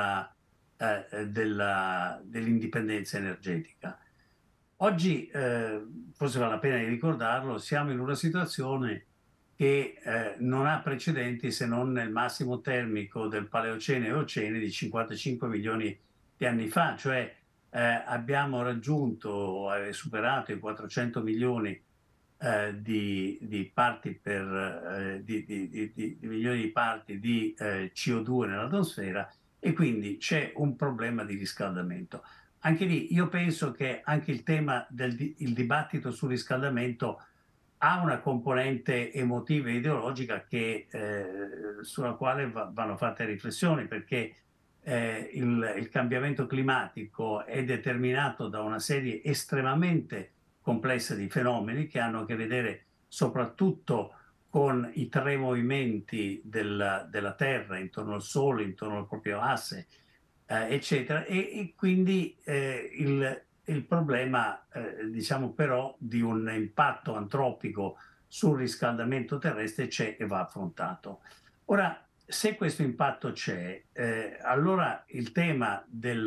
dell'indipendenza energetica. Oggi, forse vale la pena di ricordarlo, siamo in una situazione che non ha precedenti se non nel massimo termico del Paleocene e Eocene di 55 milioni di anni fa, cioè abbiamo raggiunto e superato i 400 milioni di parti di milioni di parti di CO2 nell'atmosfera, e quindi c'è un problema di riscaldamento. Anche lì io penso che anche il tema il dibattito sul riscaldamento ha una componente emotiva e ideologica sulla quale vanno fatte riflessioni, perché il cambiamento climatico è determinato da una serie estremamente complessa di fenomeni che hanno a che vedere soprattutto con i tre movimenti della Terra intorno al Sole, intorno al proprio asse, eccetera, e quindi il problema, diciamo però, di un impatto antropico sul riscaldamento terrestre c'è e va affrontato. Ora, se questo impatto c'è, allora il tema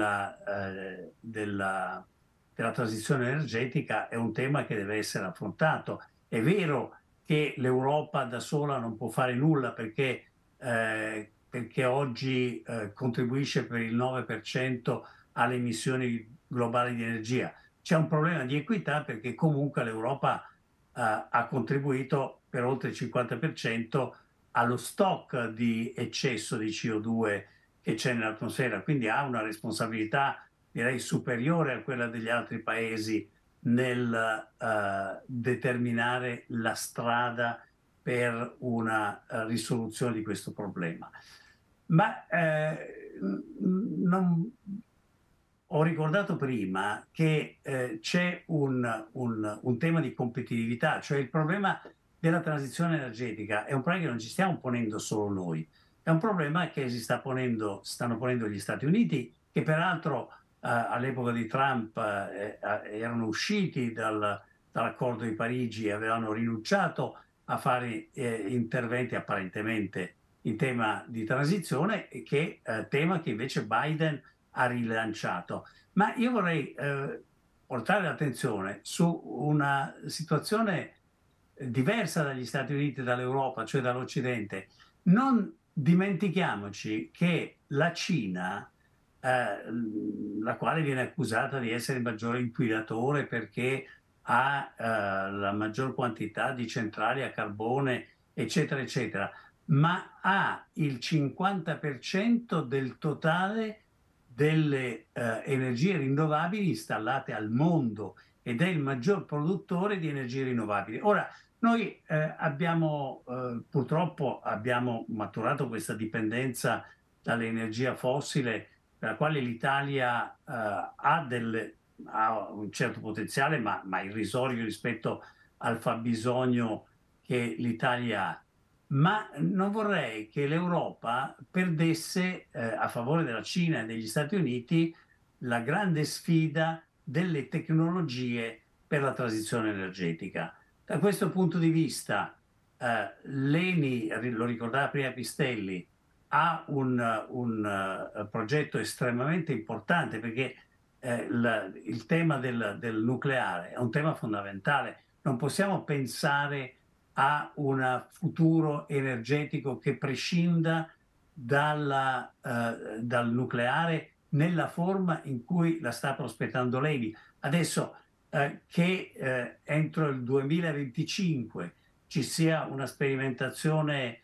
della transizione energetica è un tema che deve essere affrontato. È vero che l'Europa da sola non può fare nulla perché oggi contribuisce per il 9% alle emissioni globali di energia. C'è un problema di equità perché comunque l'Europa ha contribuito per oltre il 50% allo stock di eccesso di CO2 che c'è nell'atmosfera, quindi ha una responsabilità, direi, superiore a quella degli altri paesi nel determinare la strada per una risoluzione di questo problema. Ma ho ricordato prima che c'è un tema di competitività, cioè il problema della transizione energetica è un problema che non ci stiamo ponendo solo noi, è un problema che stanno ponendo gli Stati Uniti, che peraltro all'epoca di Trump erano usciti dall'accordo di Parigi e avevano rinunciato a fare interventi apparentemente in tema di transizione, tema che invece Biden ha rilanciato. Ma io vorrei portare l'attenzione su una situazione diversa dagli Stati Uniti e dall'Europa, cioè dall'Occidente. Non dimentichiamoci che la Cina, la quale viene accusata di essere il maggiore inquinatore perché ha la maggior quantità di centrali a carbone, eccetera, eccetera, ma ha il 50% del totale delle energie rinnovabili installate al mondo ed è il maggior produttore di energie rinnovabili. Ora, noi purtroppo abbiamo maturato questa dipendenza dall'energia fossile, per la quale l'Italia ha un certo potenziale, ma irrisorio rispetto al fabbisogno che l'Italia ha. Ma non vorrei che l'Europa perdesse a favore della Cina e degli Stati Uniti la grande sfida delle tecnologie per la transizione energetica. Da questo punto di vista, l'ENI, lo ricordava prima Pistelli, ha un progetto estremamente importante perché il tema del nucleare è un tema fondamentale. Non possiamo pensare a un futuro energetico che prescinda dal nucleare nella forma in cui la sta prospettando l'ENI. Adesso che entro il 2025 ci sia una sperimentazione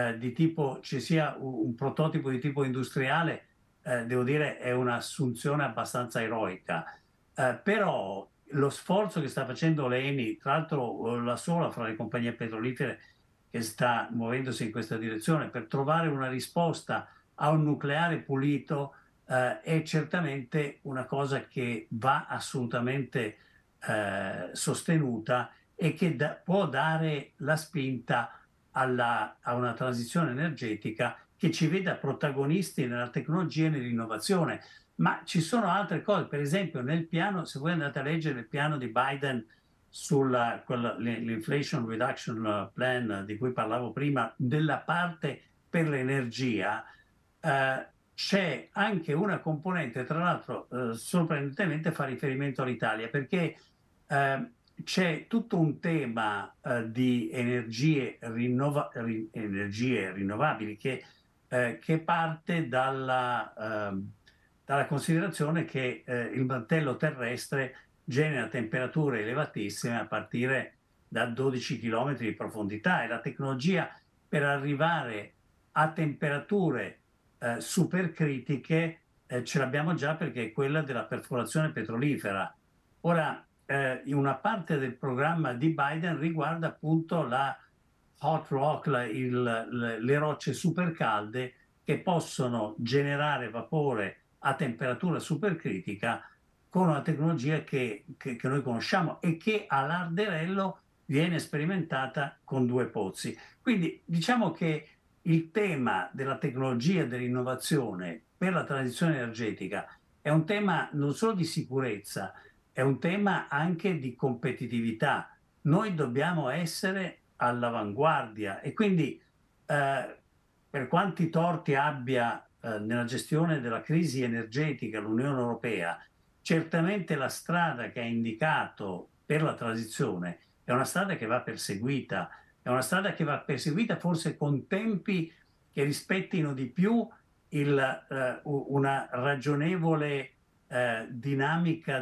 ci sia un prototipo di tipo industriale, devo dire è un'assunzione abbastanza eroica. Però lo sforzo che sta facendo l'ENI, tra l'altro la sola fra le compagnie petrolifere che sta muovendosi in questa direzione per trovare una risposta a un nucleare pulito, è certamente una cosa che va assolutamente sostenuta e che può dare la spinta a una transizione energetica che ci veda protagonisti nella tecnologia e nell'innovazione. Ma ci sono altre cose, per esempio nel piano, se voi andate a leggere il piano di Biden sull'Inflation Reduction Plan di cui parlavo prima, della parte per l'energia, c'è anche una componente, tra l'altro sorprendentemente fa riferimento all'Italia, perché c'è tutto un tema di energie rinnovabili che parte dalla considerazione che il mantello terrestre genera temperature elevatissime a partire da 12 km di profondità, e la tecnologia per arrivare a temperature supercritiche ce l'abbiamo già, perché è quella della perforazione petrolifera. Ora, una parte del programma di Biden riguarda appunto la hot rock, le rocce supercalde che possono generare vapore a temperatura supercritica con una tecnologia che noi conosciamo e che a Larderello viene sperimentata con 2 pozzi. Quindi diciamo che il tema della tecnologia e dell'innovazione per la transizione energetica è un tema non solo di sicurezza, è un tema anche di competitività. Noi dobbiamo essere all'avanguardia, e quindi per quanti torti abbia nella gestione della crisi energetica l'Unione Europea, certamente la strada che ha indicato per la transizione è una strada che va perseguita, è una strada che va perseguita forse con tempi che rispettino di più una ragionevole dinamica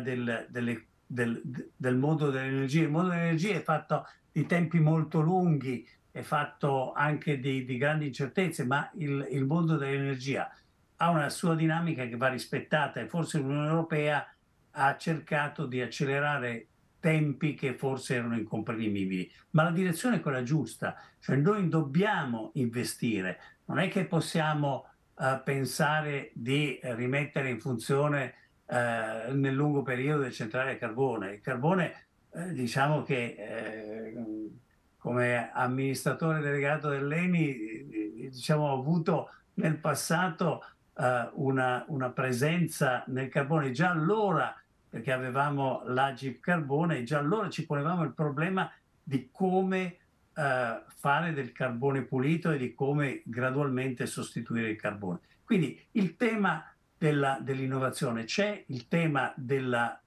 del mondo dell'energia. Il mondo dell'energia è fatto di tempi molto lunghi, è fatto anche di grandi incertezze, ma il mondo dell'energia ha una sua dinamica che va rispettata, e forse l'Unione Europea ha cercato di accelerare tempi che forse erano incomprimibili, ma la direzione è quella giusta, cioè noi dobbiamo investire, non è che possiamo pensare di rimettere in funzione nel lungo periodo le centrali a carbone. Il carbone, diciamo che come amministratore delegato dell'ENI, diciamo, ho avuto nel passato una presenza nel carbone già allora, perché avevamo l'Agip Carbone, e già allora ci ponevamo il problema di come fare del carbone pulito e di come gradualmente sostituire il carbone. Quindi il tema dell'innovazione c'è, il tema della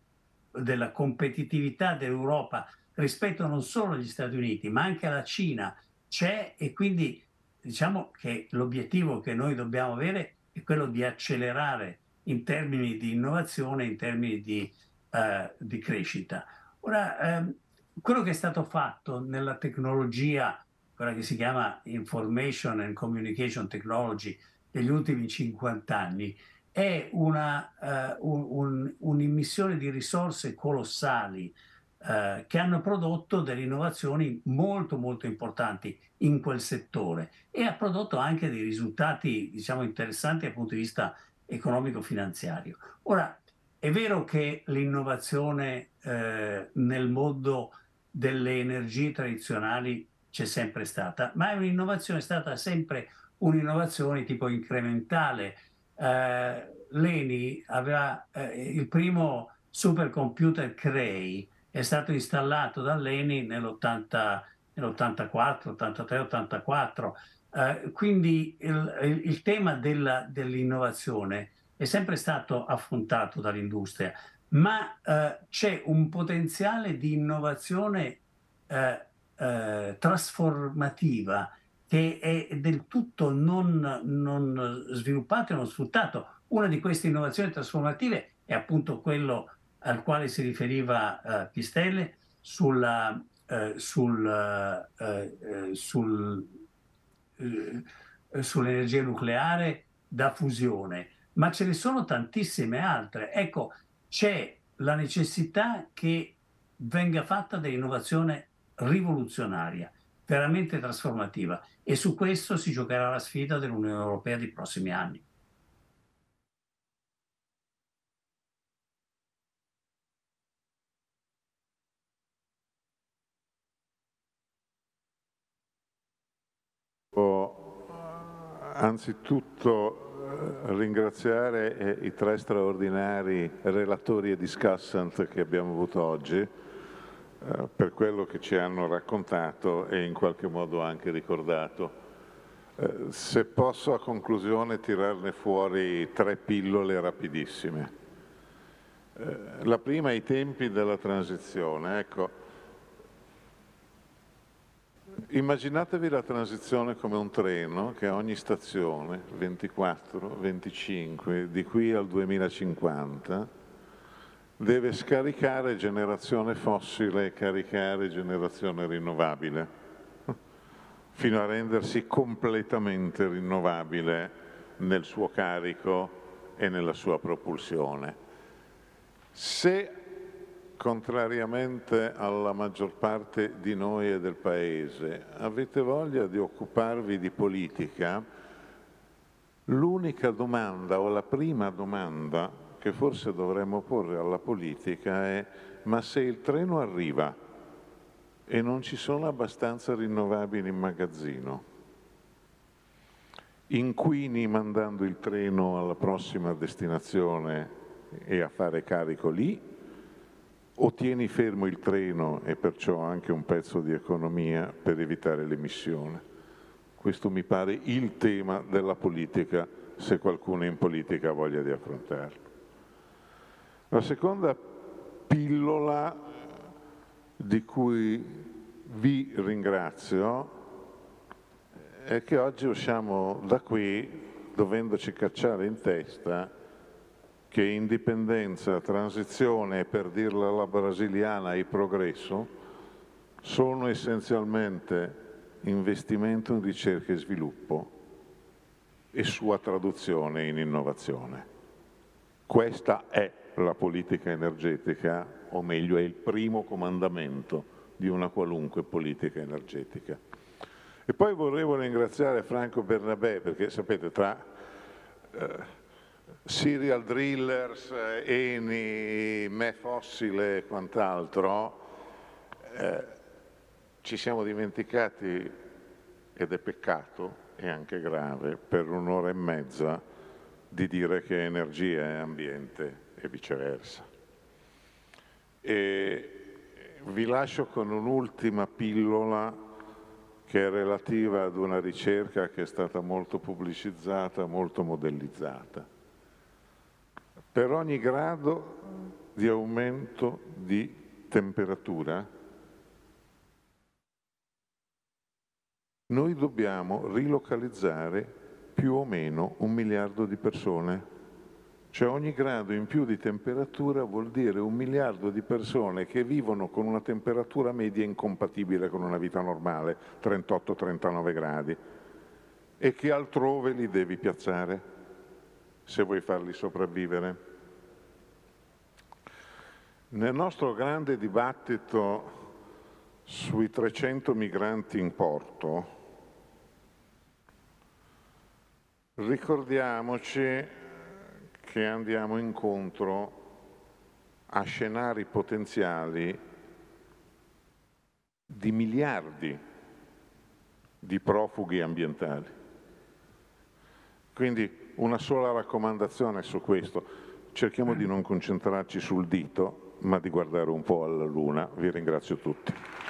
competitività dell'Europa rispetto non solo agli Stati Uniti ma anche alla Cina c'è, e quindi diciamo che l'obiettivo che noi dobbiamo avere è quello di accelerare in termini di innovazione, in termini di crescita. Ora, quello che è stato fatto nella tecnologia, quella che si chiama Information and Communication Technology, negli ultimi 50 anni, è un'immissione di risorse colossali che hanno prodotto delle innovazioni molto molto importanti in quel settore, e ha prodotto anche dei risultati, diciamo, interessanti dal punto di vista economico-finanziario. Ora, è vero che l'innovazione nel mondo delle energie tradizionali c'è sempre stata, ma è stata sempre un'innovazione tipo incrementale. L'ENI aveva il primo supercomputer Cray, è stato installato dall'ENI nell'84, 83, 84. Quindi il tema dell'innovazione è sempre stato affrontato dall'industria, ma c'è un potenziale di innovazione trasformativa che è del tutto non sviluppato e non sfruttato. Una di queste innovazioni trasformative è appunto quello al quale si riferiva Pistelle sull'energia nucleare da fusione, ma ce ne sono tantissime altre. Ecco, c'è la necessità che venga fatta dell'innovazione rivoluzionaria, veramente trasformativa, e su questo si giocherà la sfida dell'Unione Europea dei prossimi anni. Anzitutto ringraziare i 3 straordinari relatori e discussant che abbiamo avuto oggi per quello che ci hanno raccontato e in qualche modo anche ricordato. Se posso a conclusione tirarne fuori 3 pillole rapidissime. La prima, i tempi della transizione. Ecco, Immaginatevi la transizione come un treno che a ogni stazione, 24, 25, di qui al 2050, deve scaricare generazione fossile e caricare generazione rinnovabile, fino a rendersi completamente rinnovabile nel suo carico e nella sua propulsione. Se, contrariamente alla maggior parte di noi e del Paese, avete voglia di occuparvi di politica, l'unica domanda o la prima domanda che forse dovremmo porre alla politica è: ma se il treno arriva e non ci sono abbastanza rinnovabili in magazzino, inquini mandando il treno alla prossima destinazione e a fare carico lì, o tieni fermo il treno e perciò anche un pezzo di economia per evitare l'emissione? Questo mi pare il tema della politica, se qualcuno in politica ha voglia di affrontarlo. La seconda pillola di cui vi ringrazio è che oggi usciamo da qui dovendoci cacciare in testa che indipendenza, transizione e, per dirla alla brasiliana, e progresso sono essenzialmente investimento in ricerca e sviluppo e sua traduzione in innovazione. Questa è la politica energetica, o meglio è il primo comandamento di una qualunque politica energetica. E poi volevo ringraziare Franco Bernabé, perché sapete, tra serial drillers, Eni, me fossile e quant'altro, ci siamo dimenticati, ed è peccato e anche grave, per un'ora e mezza di dire che energia è ambiente e viceversa. E vi lascio con un'ultima pillola che è relativa ad una ricerca che è stata molto pubblicizzata, molto modellizzata. Per ogni grado di aumento di temperatura, noi dobbiamo rilocalizzare più o meno 1 miliardo di persone. Cioè ogni grado in più di temperatura vuol dire 1 miliardo di persone che vivono con una temperatura media incompatibile con una vita normale, 38-39 gradi, e che altrove li devi piazzare se vuoi farli sopravvivere. Nel nostro grande dibattito sui 300 migranti in porto, ricordiamoci che andiamo incontro a scenari potenziali di miliardi di profughi ambientali. Quindi una sola raccomandazione su questo: cerchiamo di non concentrarci sul dito, ma di guardare un po' alla luna. Vi ringrazio tutti.